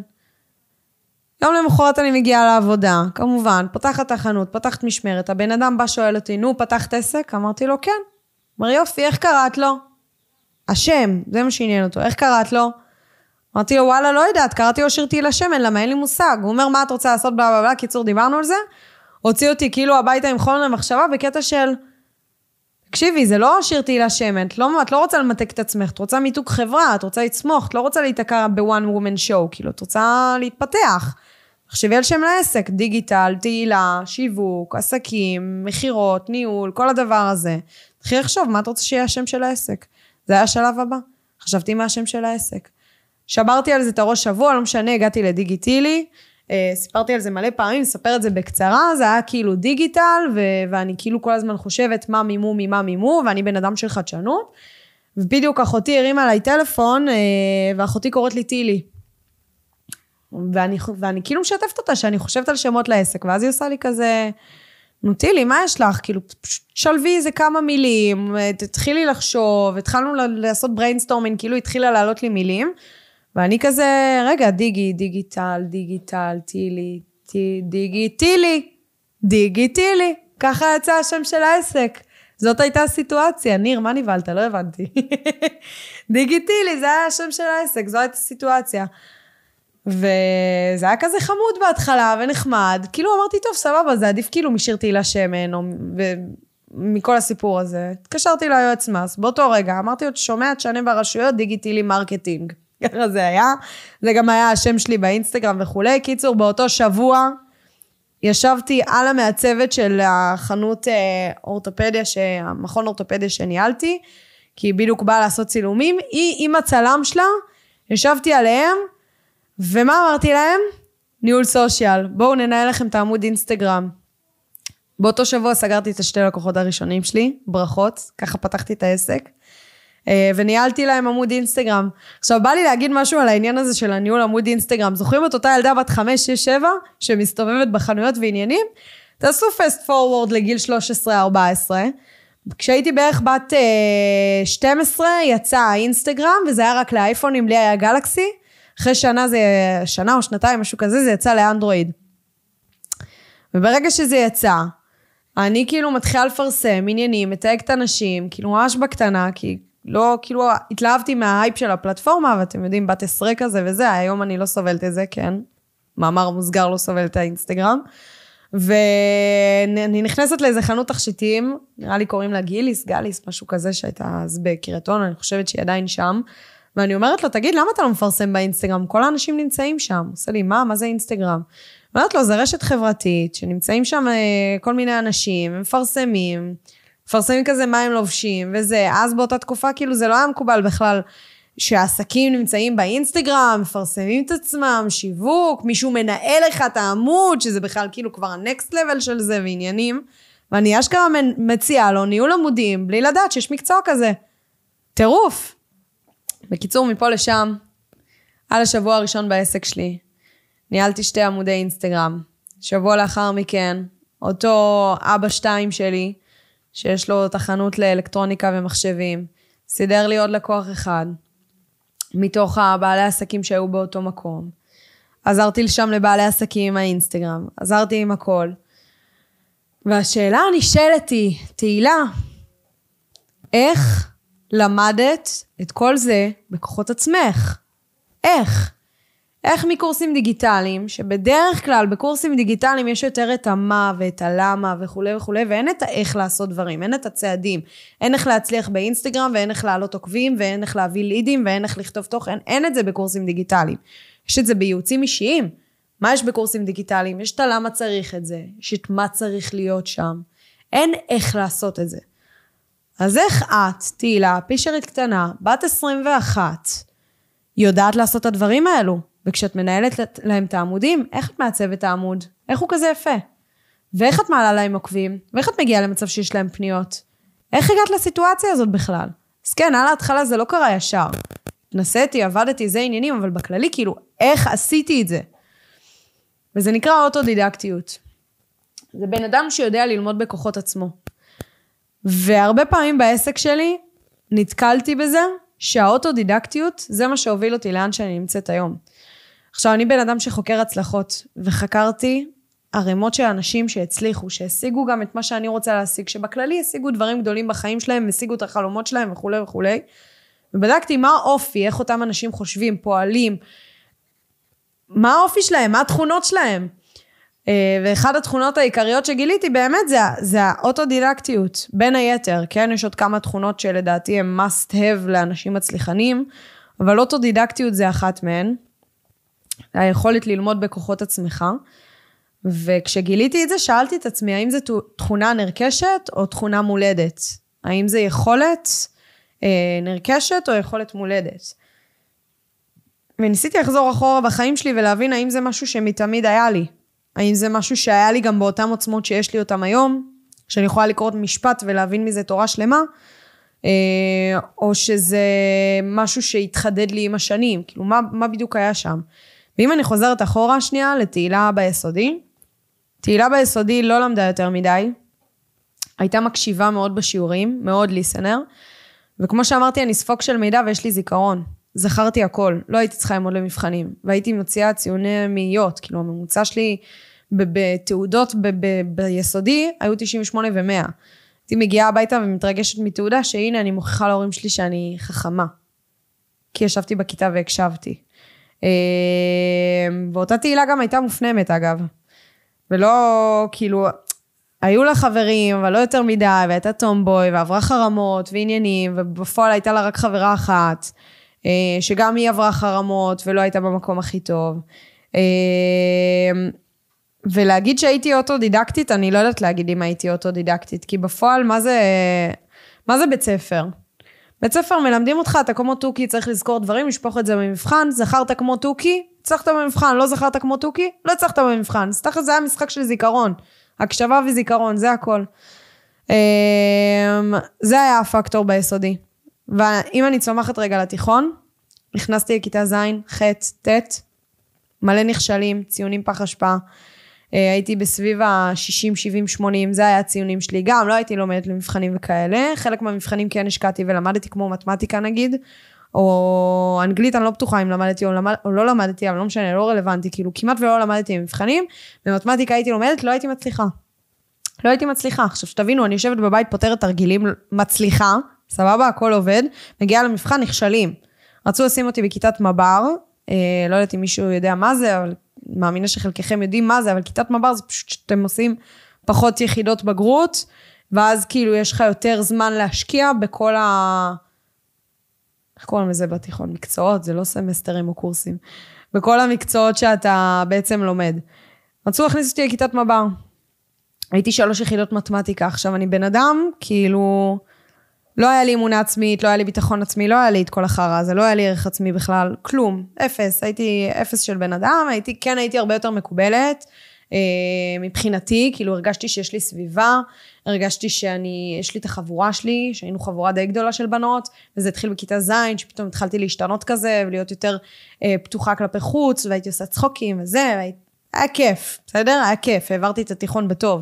יום למחרת אני מגיעה לעבודה, כמובן, פותחת החנות, פתחת משמרת, הבן אדם בא שואל אותי, נו, פתחת עסק? אמרתי לו, כן. אומר, יופי, איך קראת לו? השם, זה מה שעניין אותו, איך קראת לו? אמרתי לו, וואלה, לא יודעת, קראתי לו שיר תהילה שמן, למה אין לי מושג? הוא אומר, מה את רוצה לעשות בלה בלה בלה? קיצור, דיברנו על זה. הוציא אותי כאילו הביתה עם חול למחשבה, בקטע של, תקשיבי, זה לא שיר תהילה שמן, את לא, את לא רוצה למתק את עצמך, את רוצה מיתוג חברה, את רוצה לצמוח, את לא רוצה להתעקר ב-one woman show, כאילו, את רוצה להתפתח. תחשבי על שם לעסק, דיגיטל, תהילה, שיווק, עסקים, מחירות, ניהול, כל הדבר הזה. תחי לחשוב, מה את רוצה שיהיה השם של העסק? זה היה השלב הבא. חשבתי מה השם של העסק. שברתי על זה את הראש שבוע, לא משנה, הגעתי לדיגיטילי, סיפרתי על זה מלא פעמים, מספר את זה בקצרה, זה היה כאילו דיגיטל, ו- ואני כאילו כל הזמן חושבת מה מימו, ממה מימו, ואני בן אדם של חדשנות, ובדיוק אחותי הרימה עליי טלפון, ואחותי קוראת לי טילי, ואני, ואני כאילו משתפת אותה, שאני חושבת על שמות לעסק, ואז היא עושה לי כזה, נו טילי, מה יש לך? כאילו, שלבי איזה כמה מילים, תתחילי לחשוב, התחלנו לעשות בריינסטורמינג, כאילו התחילה לעלות לי מילים, ואני כזה, רגע, דיגי, דיגיטל, דיגיטל, טילי, דיגיטילי, דיגיטילי, ככה יצא השם של העסק. זאת הייתה הסיטואציה. ניר, מה נבלת? לא הבנתי. דיגיטילי, זה היה השם של העסק, זו הייתה הסיטואציה. וזה היה כזה חמוד בהתחלה ונחמד. כאילו אמרתי, טוב, סבבה, זה עדיף כאילו משיר תהילה שמן, או מכל הסיפור הזה. התקשרתי ליועץ מס, באותו רגע, אמרתי, עוד שומע, תשנה ברשויות, דיגיטילי מרקטינג. ככה זה היה, זה גם היה השם שלי באינסטגרם וכולי, קיצור באותו שבוע, ישבתי על המעצבת של החנות אורתופדיה, המכון אורתופדיה שניהלתי, כי היא בדיוק באה לעשות צילומים, היא עם הצלם שלה, ישבתי עליהם, ומה אמרתי להם? ניהול סושיאל, בואו ננהל לכם את העמוד אינסטגרם. באותו שבוע סגרתי את השתי לקוחות הראשונים שלי, ברכות, ככה פתחתי את העסק, וניהלתי להם עמוד אינסטגרם. עכשיו בא לי להגיד משהו על העניין הזה של הניהול עמוד אינסטגרם. זוכרים את אותה ילדה בת חמש, שש, שבע, שמסתובבת בחנויות ועניינים? תעשו פסט פורוורד לגיל שלוש עשרה ארבע עשרה. כשהייתי בערך בת שתים עשרה, יצא האינסטגרם, וזה היה רק לאייפונים, לי היה גלקסי. אחרי שנה, זה, שנה או שנתיים, משהו כזה, זה יצא לאנדרואיד. וברגע שזה יצא, אני כאילו מתחילה לפרסם עניינים, מתייג את אנשים, כאילו ממש בקטנה, כי לא, כאילו, התלהבתי מההייפ של הפלטפורמה, ואתם יודעים, בת עשרה כזה וזה, היום אני לא סובלת את זה, כן, מאמר מוסגר לא סובלת את האינסטגרם, ואני נכנסת לאיזה חנות תכשיטים, נראה לי קוראים לה גיליס, גליס, משהו כזה שהייתה אז בקריאטון, אני חושבת שהיא עדיין שם, ואני אומרת לו, תגיד, למה אתה לא מפרסם באינסטגרם? כל האנשים נמצאים שם, עושה לי, מה, מה זה אינסטגרם? אומרת לו, זה רשת חברתית, שנמצאים שם כל מיני אנשים, מפרסמים, מפרסמים כזה מה הם לובשים, וזה, אז באותה תקופה, כאילו זה לא היה מקובל בכלל, שהעסקים נמצאים באינסטגרם, מפרסמים את עצמם, שיווק, מישהו מנהל לך את העמוד, שזה בכלל כאילו כבר הנקסט לבל של זה, ועניינים, ואני אשכרה מציעה לו ניהול עמודים, בלי לדעת שיש מקצוע כזה. טירוף. בקיצור, מפה לשם, על השבוע הראשון בעסק שלי, ניהלתי שתי עמודי אינסטגרם. שבוע לאחר מכן, אותו אבא שתיים שלי, שיש לו תחנות לאלקטרוניקה ומחשבים, סידר לי עוד לקוח אחד, מתוך הבעלי עסקים שהיו באותו מקום. עזרתי לשם לבעלי עסקים עם האינסטגרם, עזרתי עם הכל. והשאלה הנשאלת היא, תהילה, איך למדת את כל זה בכוחות עצמך? איך? איך מקורסים דיגיטליים, שבדרך כלל בקורסים דיגיטליים יש יותר את המה ואת הלמה וכו' וכו', ואין את האיך לעשות דברים, אין את הצעדים, אין איך להצליח באינסטגרם, ואין איך לעלות עוקבים, ואין איך להביא לידים, ואין איך לכתוב תוכן, אין את זה בקורסים דיגיטליים. יש את זה בייעוצים אישיים. מה יש בקורסים דיגיטליים? יש את הלמה צריך את זה, יש את מה צריך להיות שם. אין איך לעשות את זה. אז איך את, תהילה, פישרית קטנה, בת עשרים ואחת, יודעת לעשות את הדברים האלו? וכשאת מנהלת להם את העמודים, איך את מעצבת את העמוד? איך הוא כזה יפה? ואיך את מעלה להם עוקבים? ואיך את מגיעה למצב שיש להם פניות? איך הגעת לסיטואציה הזאת בכלל? אז כן, על ההתחלה זה לא קרה ישר. נסעתי, עבדתי, זה עניינים, אבל בכללי, כאילו, איך עשיתי את זה? וזה נקרא אוטודידקטיות. זה בן אדם שיודע ללמוד בכוחות עצמו. והרבה פעמים בעסק שלי, נתקלתי בזה, שהאוטודידקטיות, זה מה שהוביל אותי לאן שאני נמצאת היום. עכשיו, אני בן אדם שחוקר הצלחות, וחקרתי ערימות של אנשים שהצליחו, שהשיגו גם את מה שאני רוצה להשיג, שבכללי השיגו דברים גדולים בחיים שלהם, השיגו את החלומות שלהם וכו' וכו'. ובדקתי מה האופי, איך אותם אנשים חושבים, פועלים, מה האופי שלהם, מה התכונות שלהם. ואחד התכונות העיקריות שגיליתי באמת זה, זה האוטודידקטיות, בין היתר, כן, יש עוד כמה תכונות שלדעתי הם must have לאנשים מצליחנים, אבל אוטודידקטיות זה אחת מהן, היכולת ללמוד בכוחות עצמך, וכשגיליתי את זה, שאלתי את עצמי, האם זו תכונה נרכשת או תכונה מולדת? האם זה יכולת אה, נרכשת או יכולת מולדת? וניסיתי לחזור אחורה בחיים שלי ולהבין האם זה משהו שמתמיד היה לי. האם זה משהו שהיה לי גם באותם עוצמות שיש לי אותם היום, שאני יכולה לקרוא את משפט ולהבין מזה תורה שלמה, אה, או שזה משהו שהתחדד לי עם השנים, כאילו מה, מה בדיוק היה שם? ואם אני חוזרת אחורה שנייה לתהילה ביסודי, תהילה ביסודי לא למדה יותר מדי, הייתה מקשיבה מאוד בשיעורים, מאוד ליסנר, וכמו שאמרתי, אני ספוק של מידע ויש לי זיכרון, זכרתי הכל, לא הייתי צריכה ללמוד למבחנים, והייתי מוציאה ציוני מאיות, כאילו הממוצע שלי בתעודות ביסודי, היו תשעים ושמונה ומאה, הייתי מגיעה הביתה ומתרגשת מתעודה, שהנה אני מוכיחה להורים שלי שאני חכמה, כי ישבתי בכיתה והקשבתי. ואותה תהילה גם הייתה מופנמת אגב, ולא כאילו, היו לה חברים, אבל לא יותר מדי, והייתה טומבוי, ועברה חרמות ועניינים, ובפועל הייתה לה רק חברה אחת, שגם היא עברה חרמות, ולא הייתה במקום הכי טוב. ולהגיד שהייתי אוטודידקטית, אני לא יודעת להגיד אם הייתי אוטודידקטית, כי בפועל מה זה, מה זה בית ספר? בית ספר מלמדים אותך, אתה כמו טוקי, צריך לזכור דברים, לשפוך את זה במבחן, זכרת כמו טוקי, הצלחת במבחן, לא זכרת כמו טוקי, לא הצלחת במבחן, סתך זה היה משחק של זיכרון, הקשבה וזיכרון, זה הכל. זה היה הפקטור ביסודי. ואם אני צומחת רגע לתיכון, נכנסתי לכיתה זין, ח', ט', מלא נכשלים, ציונים פח השפעה, הייתי בסביב ה-שישים, שבעים, שמונים, זה היה הציונים שלי, גם לא הייתי לומדת למבחנים וכאלה, חלק מהמבחנים כן השקעתי ולמדתי כמו מתמטיקה נגיד, או אנגלית אני לא בטוחה אם למדתי או, למד, או לא למדתי, אבל לא משנה, לא רלוונטי, כאילו כמעט ולא למדתי מבחנים, במתמטיקה הייתי לומדת, לא הייתי מצליחה. לא הייתי מצליחה. עכשיו שתבינו, אני יושבת בבית, פותרת תרגילים, מצליחה, סבבה, הכל עובד, מגיעה למבחן, נכשלים. רצו לשים אותי בכיתת מב"ר, אה, לא יודעת אם מישהו יודע מה זה, אבל מאמינה שחלקכם יודעים מה זה, אבל כיתת מב"ר זה פשוט שאתם עושים פחות יחידות בגרות, ואז כאילו יש לך יותר זמן להשקיע בכל ה... איך קוראים לזה בתיכון? מקצועות, זה לא סמסטרים או קורסים. בכל המקצועות שאתה בעצם לומד. רצו להכניס אותי לכיתת מב"ר. הייתי שלוש יחידות מתמטיקה, עכשיו אני בן אדם, כאילו, לא היה לי אמונה עצמית, לא היה לי ביטחון עצמי, לא היה לי את כל החרה הזה, לא היה לי ערך עצמי בכלל, כלום, אפס, הייתי אפס של בן אדם, הייתי, כן הייתי הרבה יותר מקובלת, אה, מבחינתי, כאילו הרגשתי שיש לי סביבה, הרגשתי שאני, יש לי את החבורה שלי, שהיינו חבורה די גדולה של בנות, וזה התחיל בכיתה זין, שפתאום התחלתי להשתנות כזה, ולהיות יותר אה, פתוחה כלפי חוץ, והייתי עושה צחוקים וזה, והי... היה כיף, בסדר? היה כיף, העברתי את התיכון בטוב.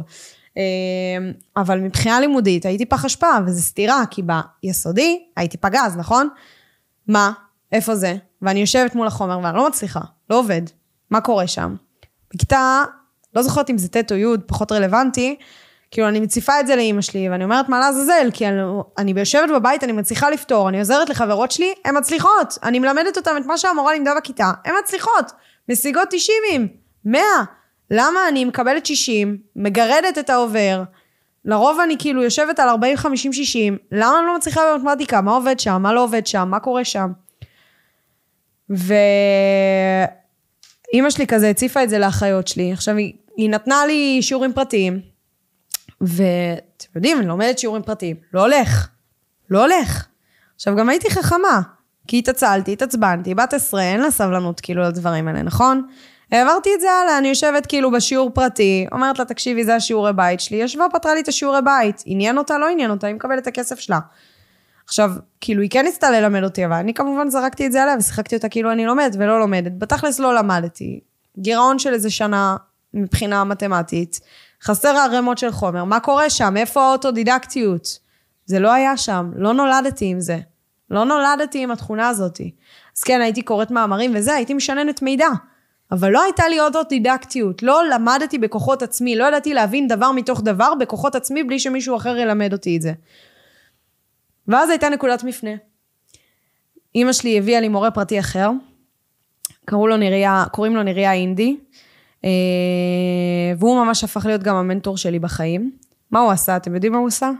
אבל מבחינה לימודית הייתי פח השפעה, וזה סתירה, כי ביסודי הייתי פגז, נכון? מה? איפה זה? ואני יושבת מול החומר ואני לא מצליחה, לא עובד. מה קורה שם? בכיתה, לא זוכרת אם זה ת' או י', פחות רלוונטי, כאילו אני מציפה את זה לאמא שלי, ואני אומרת מה לעזאזל, כי אני, אני ביושבת בבית, אני מצליחה לפתור, אני עוזרת לחברות שלי, הן מצליחות, אני מלמדת אותם את מה שהמורה לימדה בכיתה, הן מצליחות, משיגות תשעים, מאה, למה אני מקבלת שישים, מגרדת את העובר, לרוב אני כאילו יושבת על ארבעים, חמישים, שישים, למה אני לא מצליחה במתמטיקה, מה עובד שם, מה לא עובד שם, מה קורה שם? ואמא שלי כזה הציפה את זה לאחיות שלי, עכשיו היא, היא נתנה לי שיעורים פרטיים, ואתם יודעים, אני לומדת שיעורים פרטיים, לא הולך, לא הולך. עכשיו, גם הייתי חכמה, כי התעצלתי, התעצבנתי, בת עשרה, אין לה סבלנות כאילו לדברים האלה, נכון? העברתי את זה הלאה, אני יושבת כאילו בשיעור פרטי, אומרת לה, תקשיבי, זה השיעורי בית שלי, ישבה, פתרה לי את השיעורי בית, עניין אותה, לא עניין אותה, היא מקבלת את הכסף שלה. עכשיו, כאילו, היא כן ניסתה ללמד אותי, אבל אני כמובן זרקתי את זה עליה, ושיחקתי אותה כאילו אני לומדת ולא לומדת. בתכלס לא למדתי. גירעון של איזה שנה מבחינה מתמטית, חסר הרמות של חומר, מה קורה שם? איפה האוטודידקטיות? זה לא היה שם, לא נולדתי עם זה. לא נולדתי עם התכונה הזאת. אז כן, הייתי קוראת מאמרים וזה, הייתי משננת מידע. אבל לא הייתה לי אוטודידקטיות, לא למדתי בכוחות עצמי, לא ידעתי להבין דבר מתוך דבר בכוחות עצמי, בלי שמישהו אחר ילמד אותי את זה. ואז הייתה נקודת מפנה. אמא שלי הביאה לי מורה פרטי אחר, קראו לו נריה, קוראים לו נריה אינדי, והוא ממש הפך להיות גם המנטור שלי בחיים. מה הוא עשה? אתם יודעים מה הוא עשה?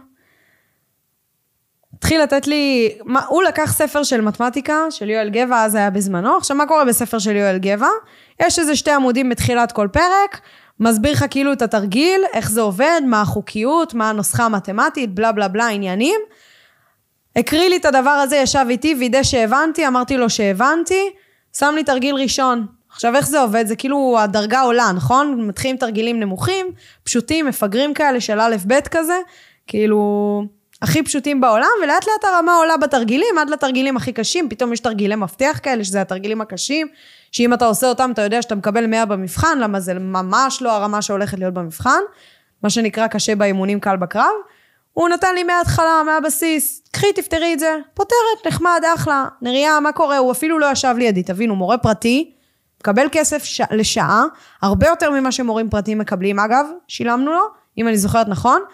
התחיל לתת לי, מה, הוא לקח ספר של מתמטיקה, של יואל גבע, אז היה בזמנו. עכשיו, מה קורה בספר של יואל גבע? יש איזה שתי עמודים בתחילת כל פרק, מסביר לך כאילו את התרגיל, איך זה עובד, מה החוקיות, מה הנוסחה המתמטית, בלה בלה בלה, עניינים. הקריא לי את הדבר הזה, ישב איתי, וידא שהבנתי, אמרתי לו שהבנתי, שם לי תרגיל ראשון. עכשיו, איך זה עובד? זה כאילו הדרגה עולה, נכון? מתחילים תרגילים נמוכים, פשוטים, מפגרים כאלה של א' ב' כזה, כאילו הכי פשוטים בעולם, ולאט לאט הרמה עולה בתרגילים, עד לתרגילים הכי קשים, פתאום יש תרגילי מפתח כאלה, שזה התרגילים הקשים, שאם אתה עושה אותם, אתה יודע שאתה מקבל מאה במבחן, למה זה ממש לא הרמה שהולכת להיות במבחן, מה שנקרא קשה באימונים, קל בקרב. הוא נתן לי מההתחלה, מהבסיס, קחי, תפתרי את זה, פותרת, נחמד, אחלה, נריה, מה קורה? הוא אפילו לא ישב לידי, תבינו, מורה פרטי, מקבל כסף ש... לשעה, הרבה יותר ממה שמורים פרטיים מקבלים, אגב, שילמנו לו, אם אני זוכרת נכון,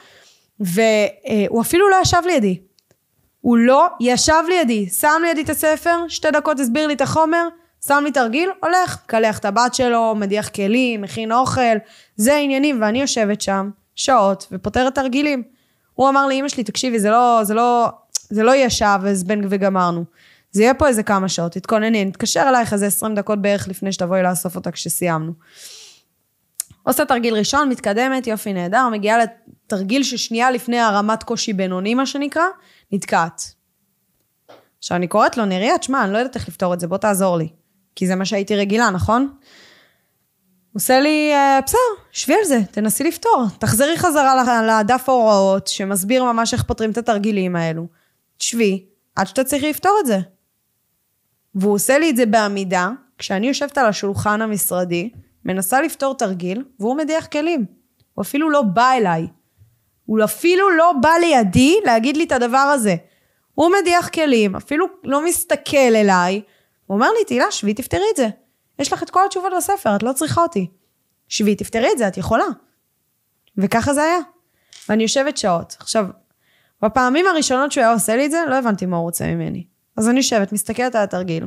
והוא אפילו לא ישב לידי, הוא לא ישב לידי, שם לידי את הספר, שתי דקות הסביר לי את החומר, שם לי תרגיל, הולך, קלח את הבת שלו, מדיח כלים, מכין אוכל, זה העניינים, ואני יושבת שם, שעות, ופותרת תרגילים. הוא אמר לאמא שלי, תקשיבי, זה לא, זה לא, זה לא יהיה שעה וזבנג וגמרנו. זה יהיה פה איזה כמה שעות, תתכונני, נתקשר אלייך איזה עשרים דקות בערך לפני שתבואי לאסוף אותה כשסיימנו. עושה תרגיל ראשון, מתקדמת, יופי נהדר, מגיעה לתרגיל ששנייה לפני הרמת קושי בינוני, מה שנקרא, נתקעת. עכשיו אני קוראת לו, נריה, תשמע, אני לא יודעת איך לפתור את זה, בוא תעזור לי. כי זה מה שהייתי רגילה, נכון? הוא עושה לי, בסדר, שבי על זה, תנסי לפתור. תחזרי חזרה לדף ההוראות, שמסביר ממש איך פותרים את התרגילים האלו. שבי, עד שאתה צריך לפתור את זה. והוא עושה לי את זה בעמידה, כשאני יושבת על השולחן המשרדי, מנסה לפתור תרגיל, והוא מדיח כלים. הוא אפילו לא בא אליי. הוא אפילו לא בא לידי להגיד לי את הדבר הזה. הוא מדיח כלים, אפילו לא מסתכל אליי. הוא אומר לי, תהילה, שבי, תפתרי את זה. יש לך את כל התשובות בספר, את לא צריכה אותי. שבי, תפתרי את זה, את יכולה. וככה זה היה. ואני יושבת שעות. עכשיו, בפעמים הראשונות שהוא היה עושה לי את זה, לא הבנתי מה הוא רוצה ממני. אז אני יושבת, מסתכלת על התרגיל.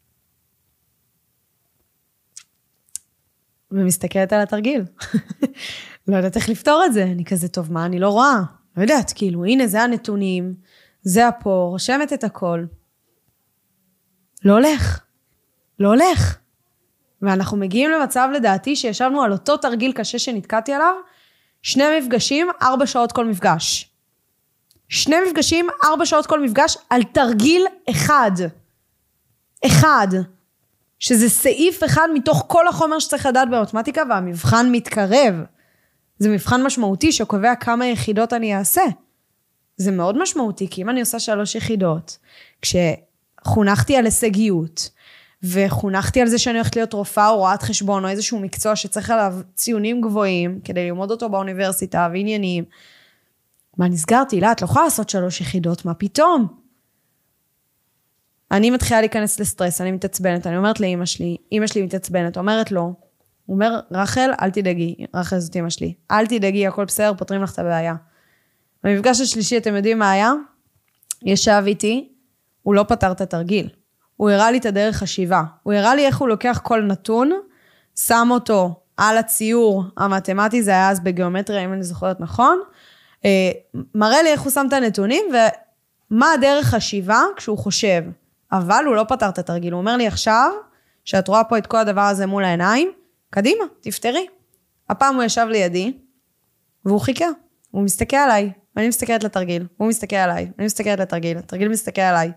ומסתכלת על התרגיל. לא יודעת איך לפתור את זה. אני כזה, טוב, מה? אני לא רואה. לא יודעת, כאילו, הנה, זה הנתונים, זה הפה, רושמת את הכל. לא הולך. לא הולך. ואנחנו מגיעים למצב לדעתי שישבנו על אותו תרגיל קשה שנתקעתי עליו, שני מפגשים, ארבע שעות כל מפגש. שני מפגשים, ארבע שעות כל מפגש, על תרגיל אחד. אחד. שזה סעיף אחד מתוך כל החומר שצריך לדעת במתמטיקה, והמבחן מתקרב. זה מבחן משמעותי שקובע כמה יחידות אני אעשה. זה מאוד משמעותי, כי אם אני עושה שלוש יחידות, כשחונכתי על הישגיות, וחונכתי על זה שאני הולכת להיות רופאה או רואת חשבון, או איזשהו מקצוע שצריך עליו ציונים גבוהים, כדי ללמוד אותו באוניברסיטה ועניינים. מה נסגרתי? לא, את לא יכולה לעשות שלוש יחידות, מה פתאום? אני מתחילה להיכנס לסטרס, אני מתעצבנת, אני אומרת לאמא שלי, אמא שלי מתעצבנת, אומרת לו, הוא אומר, רחל, אל תדאגי, רחל זאת אמא שלי, אל תדאגי, הכל בסדר, פותרים לך את הבעיה. במפגש השלישי, אתם יודעים מה היה? ישב איתי, הוא לא פתר את התרגיל. הוא הראה לי את הדרך חשיבה. הוא הראה לי איך הוא לוקח כל נתון, שם אותו על הציור המתמטי, זה היה אז בגיאומטריה, אם אני זוכרת נכון, מראה לי איך הוא שם את הנתונים, ומה הדרך חשיבה כשהוא חושב. אבל הוא לא פתר את התרגיל. הוא אומר לי עכשיו, שאת רואה פה את כל הדבר הזה מול העיניים, קדימה, תפתרי. הפעם הוא ישב לידי, והוא חיכה. הוא מסתכל עליי, ואני מסתכלת לתרגיל, הוא מסתכל עליי, אני מסתכלת לתרגיל, התרגיל מסתכל עליי.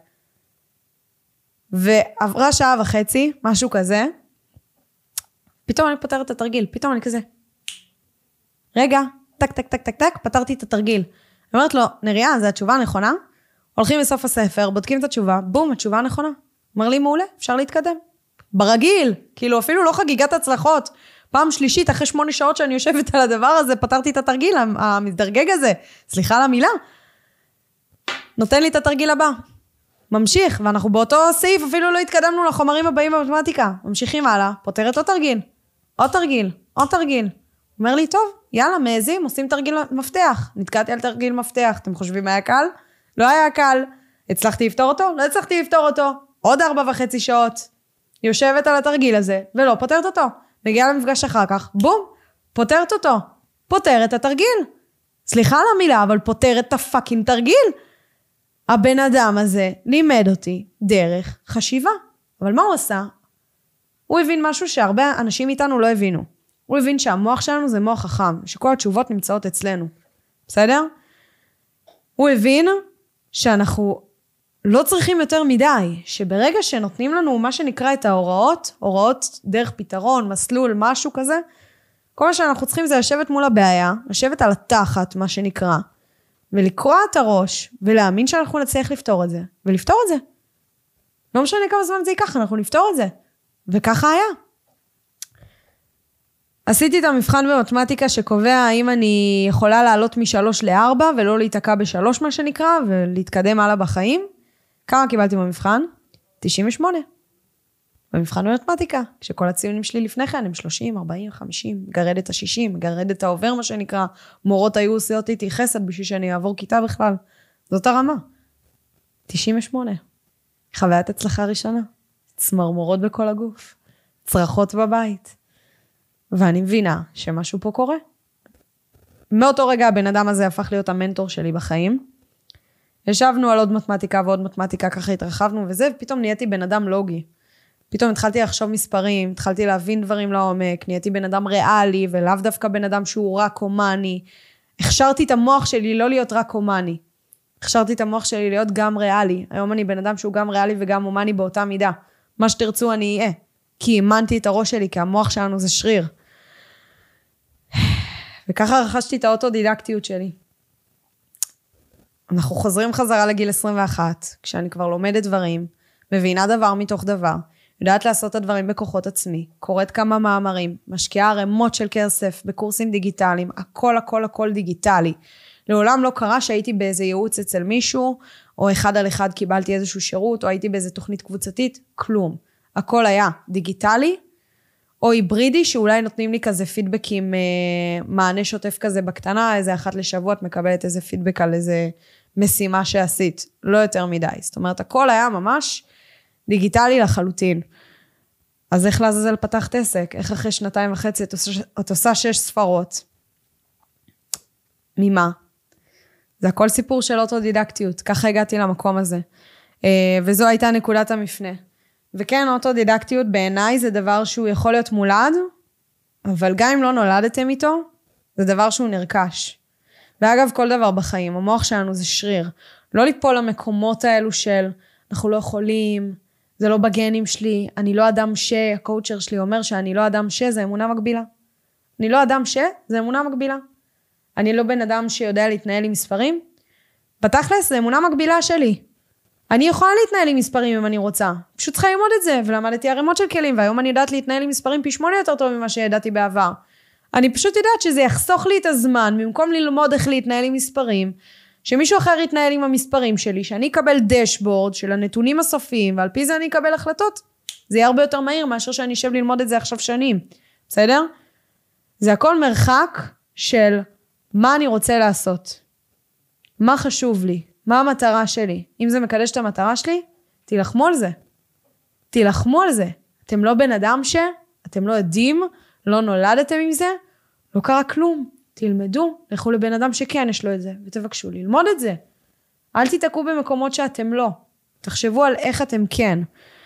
ועברה שעה וחצי, משהו כזה, פתאום אני פותרת את התרגיל, פתאום אני כזה, רגע, טק, טק, טק, טק, טק, פתרתי את התרגיל. אני אומרת לו, נריה, זו התשובה הנכונה? הולכים לסוף הספר, בודקים את התשובה, בום, התשובה הנכונה. אומר לי, מעולה, אפשר להתקדם. ברגיל, כאילו אפילו לא חגיגת הצלחות. פעם שלישית, אחרי שמונה שעות שאני יושבת על הדבר הזה, פתרתי את התרגיל, המתדרגג הזה, סליחה על המילה. נותן לי את התרגיל הבא. ממשיך, ואנחנו באותו סעיף, אפילו לא התקדמנו לחומרים הבאים במתמטיקה. ממשיכים הלאה, פותרת עוד תרגיל, עוד תרגיל, עוד תרגיל. אומר לי, טוב, יאללה, מעזים, עושים תרגיל מפתח. נתקעתי על תרגיל מפתח. אתם חושבים היה קל? לא היה קל. הצלחתי לפתור אותו? לא הצלחתי לפתור אותו. עוד ארבע וחצי שעות. יושבת על התרגיל הזה, ולא פותרת אותו. מגיעה למפגש אחר כך, בום, פותרת אותו. פותרת התרגיל. סליחה על המילה, אבל פותרת את הפאקינג תרגיל. הבן אדם הזה לימד אותי דרך חשיבה. אבל מה הוא עשה? הוא הבין משהו שהרבה אנשים איתנו לא הבינו. הוא הבין שהמוח שלנו זה מוח חכם, שכל התשובות נמצאות אצלנו. בסדר? הוא הבין שאנחנו לא צריכים יותר מדי, שברגע שנותנים לנו מה שנקרא את ההוראות, הוראות דרך פתרון, מסלול, משהו כזה, כל מה שאנחנו צריכים זה לשבת מול הבעיה, לשבת על התחת, מה שנקרא, ולקרוע את הראש, ולהאמין שאנחנו נצליח לפתור את זה, ולפתור את זה. לא משנה כמה זמן זה ייקח, אנחנו נפתור את זה. וככה היה. עשיתי את המבחן במתמטיקה שקובע האם אני יכולה לעלות משלוש לארבע, ולא להתעקע בשלוש מה שנקרא, ולהתקדם הלאה בחיים. כמה קיבלתי במבחן? תשעים ושמונה. במבחן במתמטיקה, כשכל הציונים שלי לפני כן הם שלושים, ארבעים, חמישים, גרדת ה-שישים, גרדת העובר מה שנקרא, מורות היו עושות איתי חסד בשביל שאני אעבור כיתה בכלל. זאת הרמה. תשעים ושמונה. חוויית הצלחה ראשונה. צמרמורות בכל הגוף. צרחות בבית. ואני מבינה שמשהו פה קורה. מאותו רגע הבן אדם הזה הפך להיות המנטור שלי בחיים. ישבנו על עוד מתמטיקה ועוד מתמטיקה, ככה התרחבנו וזה, ופתאום נהייתי בן אדם לוגי. פתאום התחלתי לחשוב מספרים, התחלתי להבין דברים לעומק, נהייתי בן אדם ריאלי, ולאו דווקא בן אדם שהוא רק אומני. הכשרתי את המוח שלי לא להיות רק אומני. הכשרתי את המוח שלי להיות גם ריאלי. היום אני בן אדם שהוא גם ריאלי וגם אומני באותה מידה. מה שתרצו אני אהיה. כי אימנתי את הראש שלי, כי המוח שלנו זה שריר. וככה רכשתי את האוטודידקטיות שלי. אנחנו חוזרים חזרה לגיל עשרים ואחת, כשאני כבר לומדת דברים, מבינה דבר מתוך דבר, יודעת לעשות את הדברים בכוחות עצמי, קוראת כמה מאמרים, משקיעה רמות של כסף בקורסים דיגיטליים, הכל הכל הכל דיגיטלי. לעולם לא קרה שהייתי באיזה ייעוץ אצל מישהו, או אחד על אחד קיבלתי איזשהו שירות, או הייתי באיזה תוכנית קבוצתית, כלום. הכל היה דיגיטלי, או היברידי, שאולי נותנים לי כזה פידבקים, מענה שוטף כזה בקטנה, איזה אחת לשבוע, את מקבלת איזה פידבק על איזה משימה שעשית, לא יותר מדי. זאת אומרת, הכל היה ממש דיגיטלי לחלוטין. אז איך לעזאזל פתחת עסק? איך אחרי שנתיים וחצי את עושה, את עושה שש ספרות? ממה? זה הכל סיפור של אוטודידקטיות, ככה הגעתי למקום הזה. וזו הייתה נקודת המפנה. וכן, אוטודידקטיות בעיניי זה דבר שהוא יכול להיות מולד, אבל גם אם לא נולדתם איתו, זה דבר שהוא נרכש. ואגב, כל דבר בחיים, המוח שלנו זה שריר. לא ליפול למקומות האלו של, אנחנו לא יכולים, זה לא בגנים שלי, אני לא אדם ש, הקואוצ'ר שלי אומר שאני לא אדם ש, זה אמונה מקבילה. אני לא אדם ש, זה אמונה מקבילה. אני לא בן אדם שיודע להתנהל עם מספרים, בתכלס זה אמונה מקבילה שלי. אני יכולה להתנהל עם מספרים אם אני רוצה. פשוט צריכה ללמוד את זה, ולמדתי הרמות של כלים, והיום אני יודעת להתנהל עם מספרים פי שמונה יותר טוב ממה שידעתי בעבר. אני פשוט יודעת שזה יחסוך לי את הזמן, במקום ללמוד איך להתנהל עם מספרים, שמישהו אחר יתנהל עם המספרים שלי, שאני אקבל דשבורד של הנתונים הסופיים, ועל פי זה אני אקבל החלטות. זה יהיה הרבה יותר מהיר, מאשר שאני אשב ללמוד את זה עכשיו שנים. בסדר? זה הכל מרחק של מה אני רוצה לעשות. מה חשוב לי? מה המטרה שלי? אם זה מקדש את המטרה שלי, תילחמו על זה. תילחמו על זה. אתם לא בן אדם ש, אתם לא יודעים, לא נולדתם עם זה, לא קרה כלום. תלמדו, לכו לבן אדם שכן יש לו את זה, ותבקשו ללמוד את זה. אל תתעקו במקומות שאתם לא. תחשבו על איך אתם כן.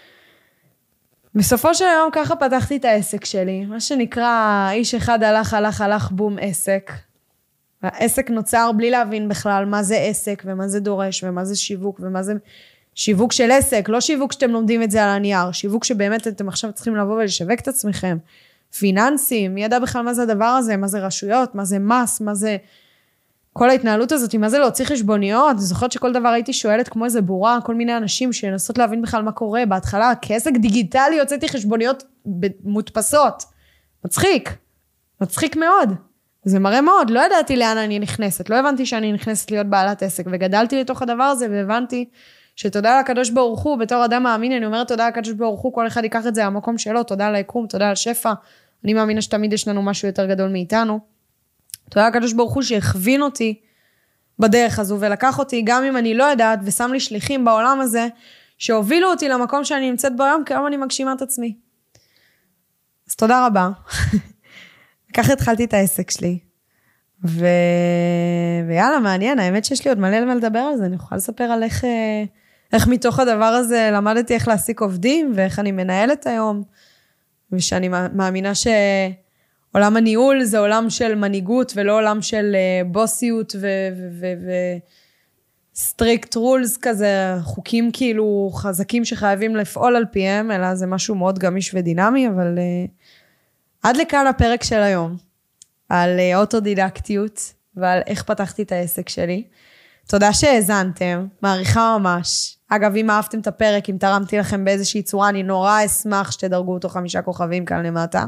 בסופו של יום ככה פתחתי את העסק שלי, מה שנקרא, איש אחד הלך, הלך, הלך, בום עסק. העסק נוצר בלי להבין בכלל מה זה עסק, ומה זה דורש, ומה זה שיווק, ומה זה שיווק של עסק, לא שיווק שאתם לומדים את זה על הנייר, שיווק שבאמת אתם עכשיו צריכים לבוא ולשווק את עצמכם, פיננסים, מי ידע בכלל מה זה הדבר הזה, מה זה רשויות, מה זה מס, מה זה... כל ההתנהלות הזאת, מה זה להוציא חשבוניות, אני זוכרת שכל דבר הייתי שואלת כמו איזה בורה, כל מיני אנשים שנסות להבין בכלל מה קורה, בהתחלה כעסק דיגיטלי הוצאתי חשבוניות מודפסות, מצחיק, מצחיק מאוד, זה מראה מאוד, לא ידעתי לאן אני נכנסת, לא הבנתי שאני נכנסת להיות בעלת עסק, וגדלתי לתוך הדבר הזה, והבנתי שתודה לקדוש ברוך הוא, בתור אדם מאמין, אני אומרת תודה לקדוש ברוך הוא, כל אחד ייקח את זה למקום שלו, תודה ליקום, תודה לשפע, אני מאמינה שתמיד יש לנו משהו יותר גדול מאיתנו, תודה לקדוש ברוך הוא שהכווין אותי בדרך הזו, ולקח אותי, גם אם אני לא יודעת, ושם לי שליחים בעולם הזה, שהובילו אותי למקום שאני נמצאת בו היום, כי היום אני מגשימה את עצמי. אז תודה רבה. ככה התחלתי את העסק שלי. ו... ויאללה, מעניין, האמת שיש לי עוד מלא מה לדבר על זה, אני יכולה לספר על איך, איך מתוך הדבר הזה למדתי איך להעסיק עובדים, ואיך אני מנהלת היום, ושאני מאמינה ש... עולם הניהול זה עולם של מנהיגות, ולא עולם של בוסיות וסטריקט רולס כזה, חוקים כאילו חזקים שחייבים לפעול על פיהם, אלא זה משהו מאוד גמיש ודינמי, אבל עד לכאן הפרק של היום, על אוטודידקטיות, ועל איך פתחתי את העסק שלי. תודה שהאזנתם, מעריכה ממש. אגב, אם אהבתם את הפרק, אם תרמתי לכם באיזושהי צורה, אני נורא אשמח שתדרגו אותו חמישה כוכבים כאן למטה.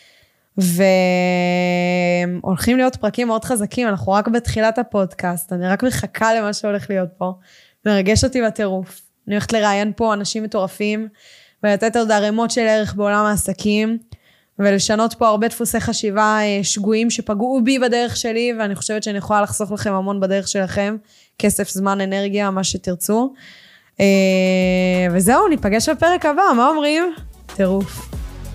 והולכים להיות פרקים מאוד חזקים, אנחנו רק בתחילת הפודקאסט, אני רק מחכה למה שהולך להיות פה, מרגש אותי בטירוף, אני הולכת לראיין פה אנשים מטורפים, ולתת עוד ערימות של ערך בעולם העסקים, ולשנות פה הרבה דפוסי חשיבה שגויים שפגעו בי בדרך שלי, ואני חושבת שאני יכולה לחסוך לכם המון בדרך שלכם, כסף, זמן, אנרגיה, מה שתרצו, וזהו, ניפגש בפרק הבא, מה אומרים? טירוף.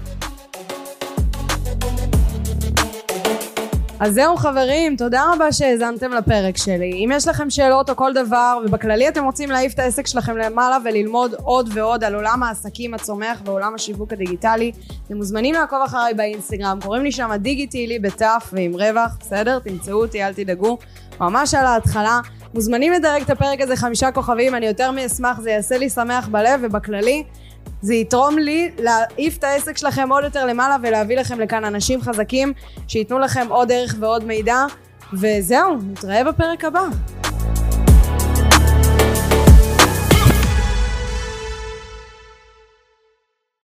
אז זהו חברים, תודה רבה שהאזנתם לפרק שלי. אם יש לכם שאלות או כל דבר, ובכללי אתם רוצים להעיף את העסק שלכם למעלה וללמוד עוד ועוד על עולם העסקים הצומח ועולם השיווק הדיגיטלי, אתם מוזמנים לעקוב אחריי באינסטגרם, קוראים לי שם דיגיטילי בתף ועם רווח, בסדר? תמצאו אותי, אל תדאגו, ממש על ההתחלה. מוזמנים לדרג את הפרק הזה חמישה כוכבים, אני יותר מאשמח, זה יעשה לי שמח בלב, ובכללי זה יתרום לי להעיף את העסק שלכם עוד יותר למעלה, ולהביא לכם לכאן אנשים חזקים, שיתנו לכם עוד ערך ועוד מידע, וזהו, נתראה בפרק הבא.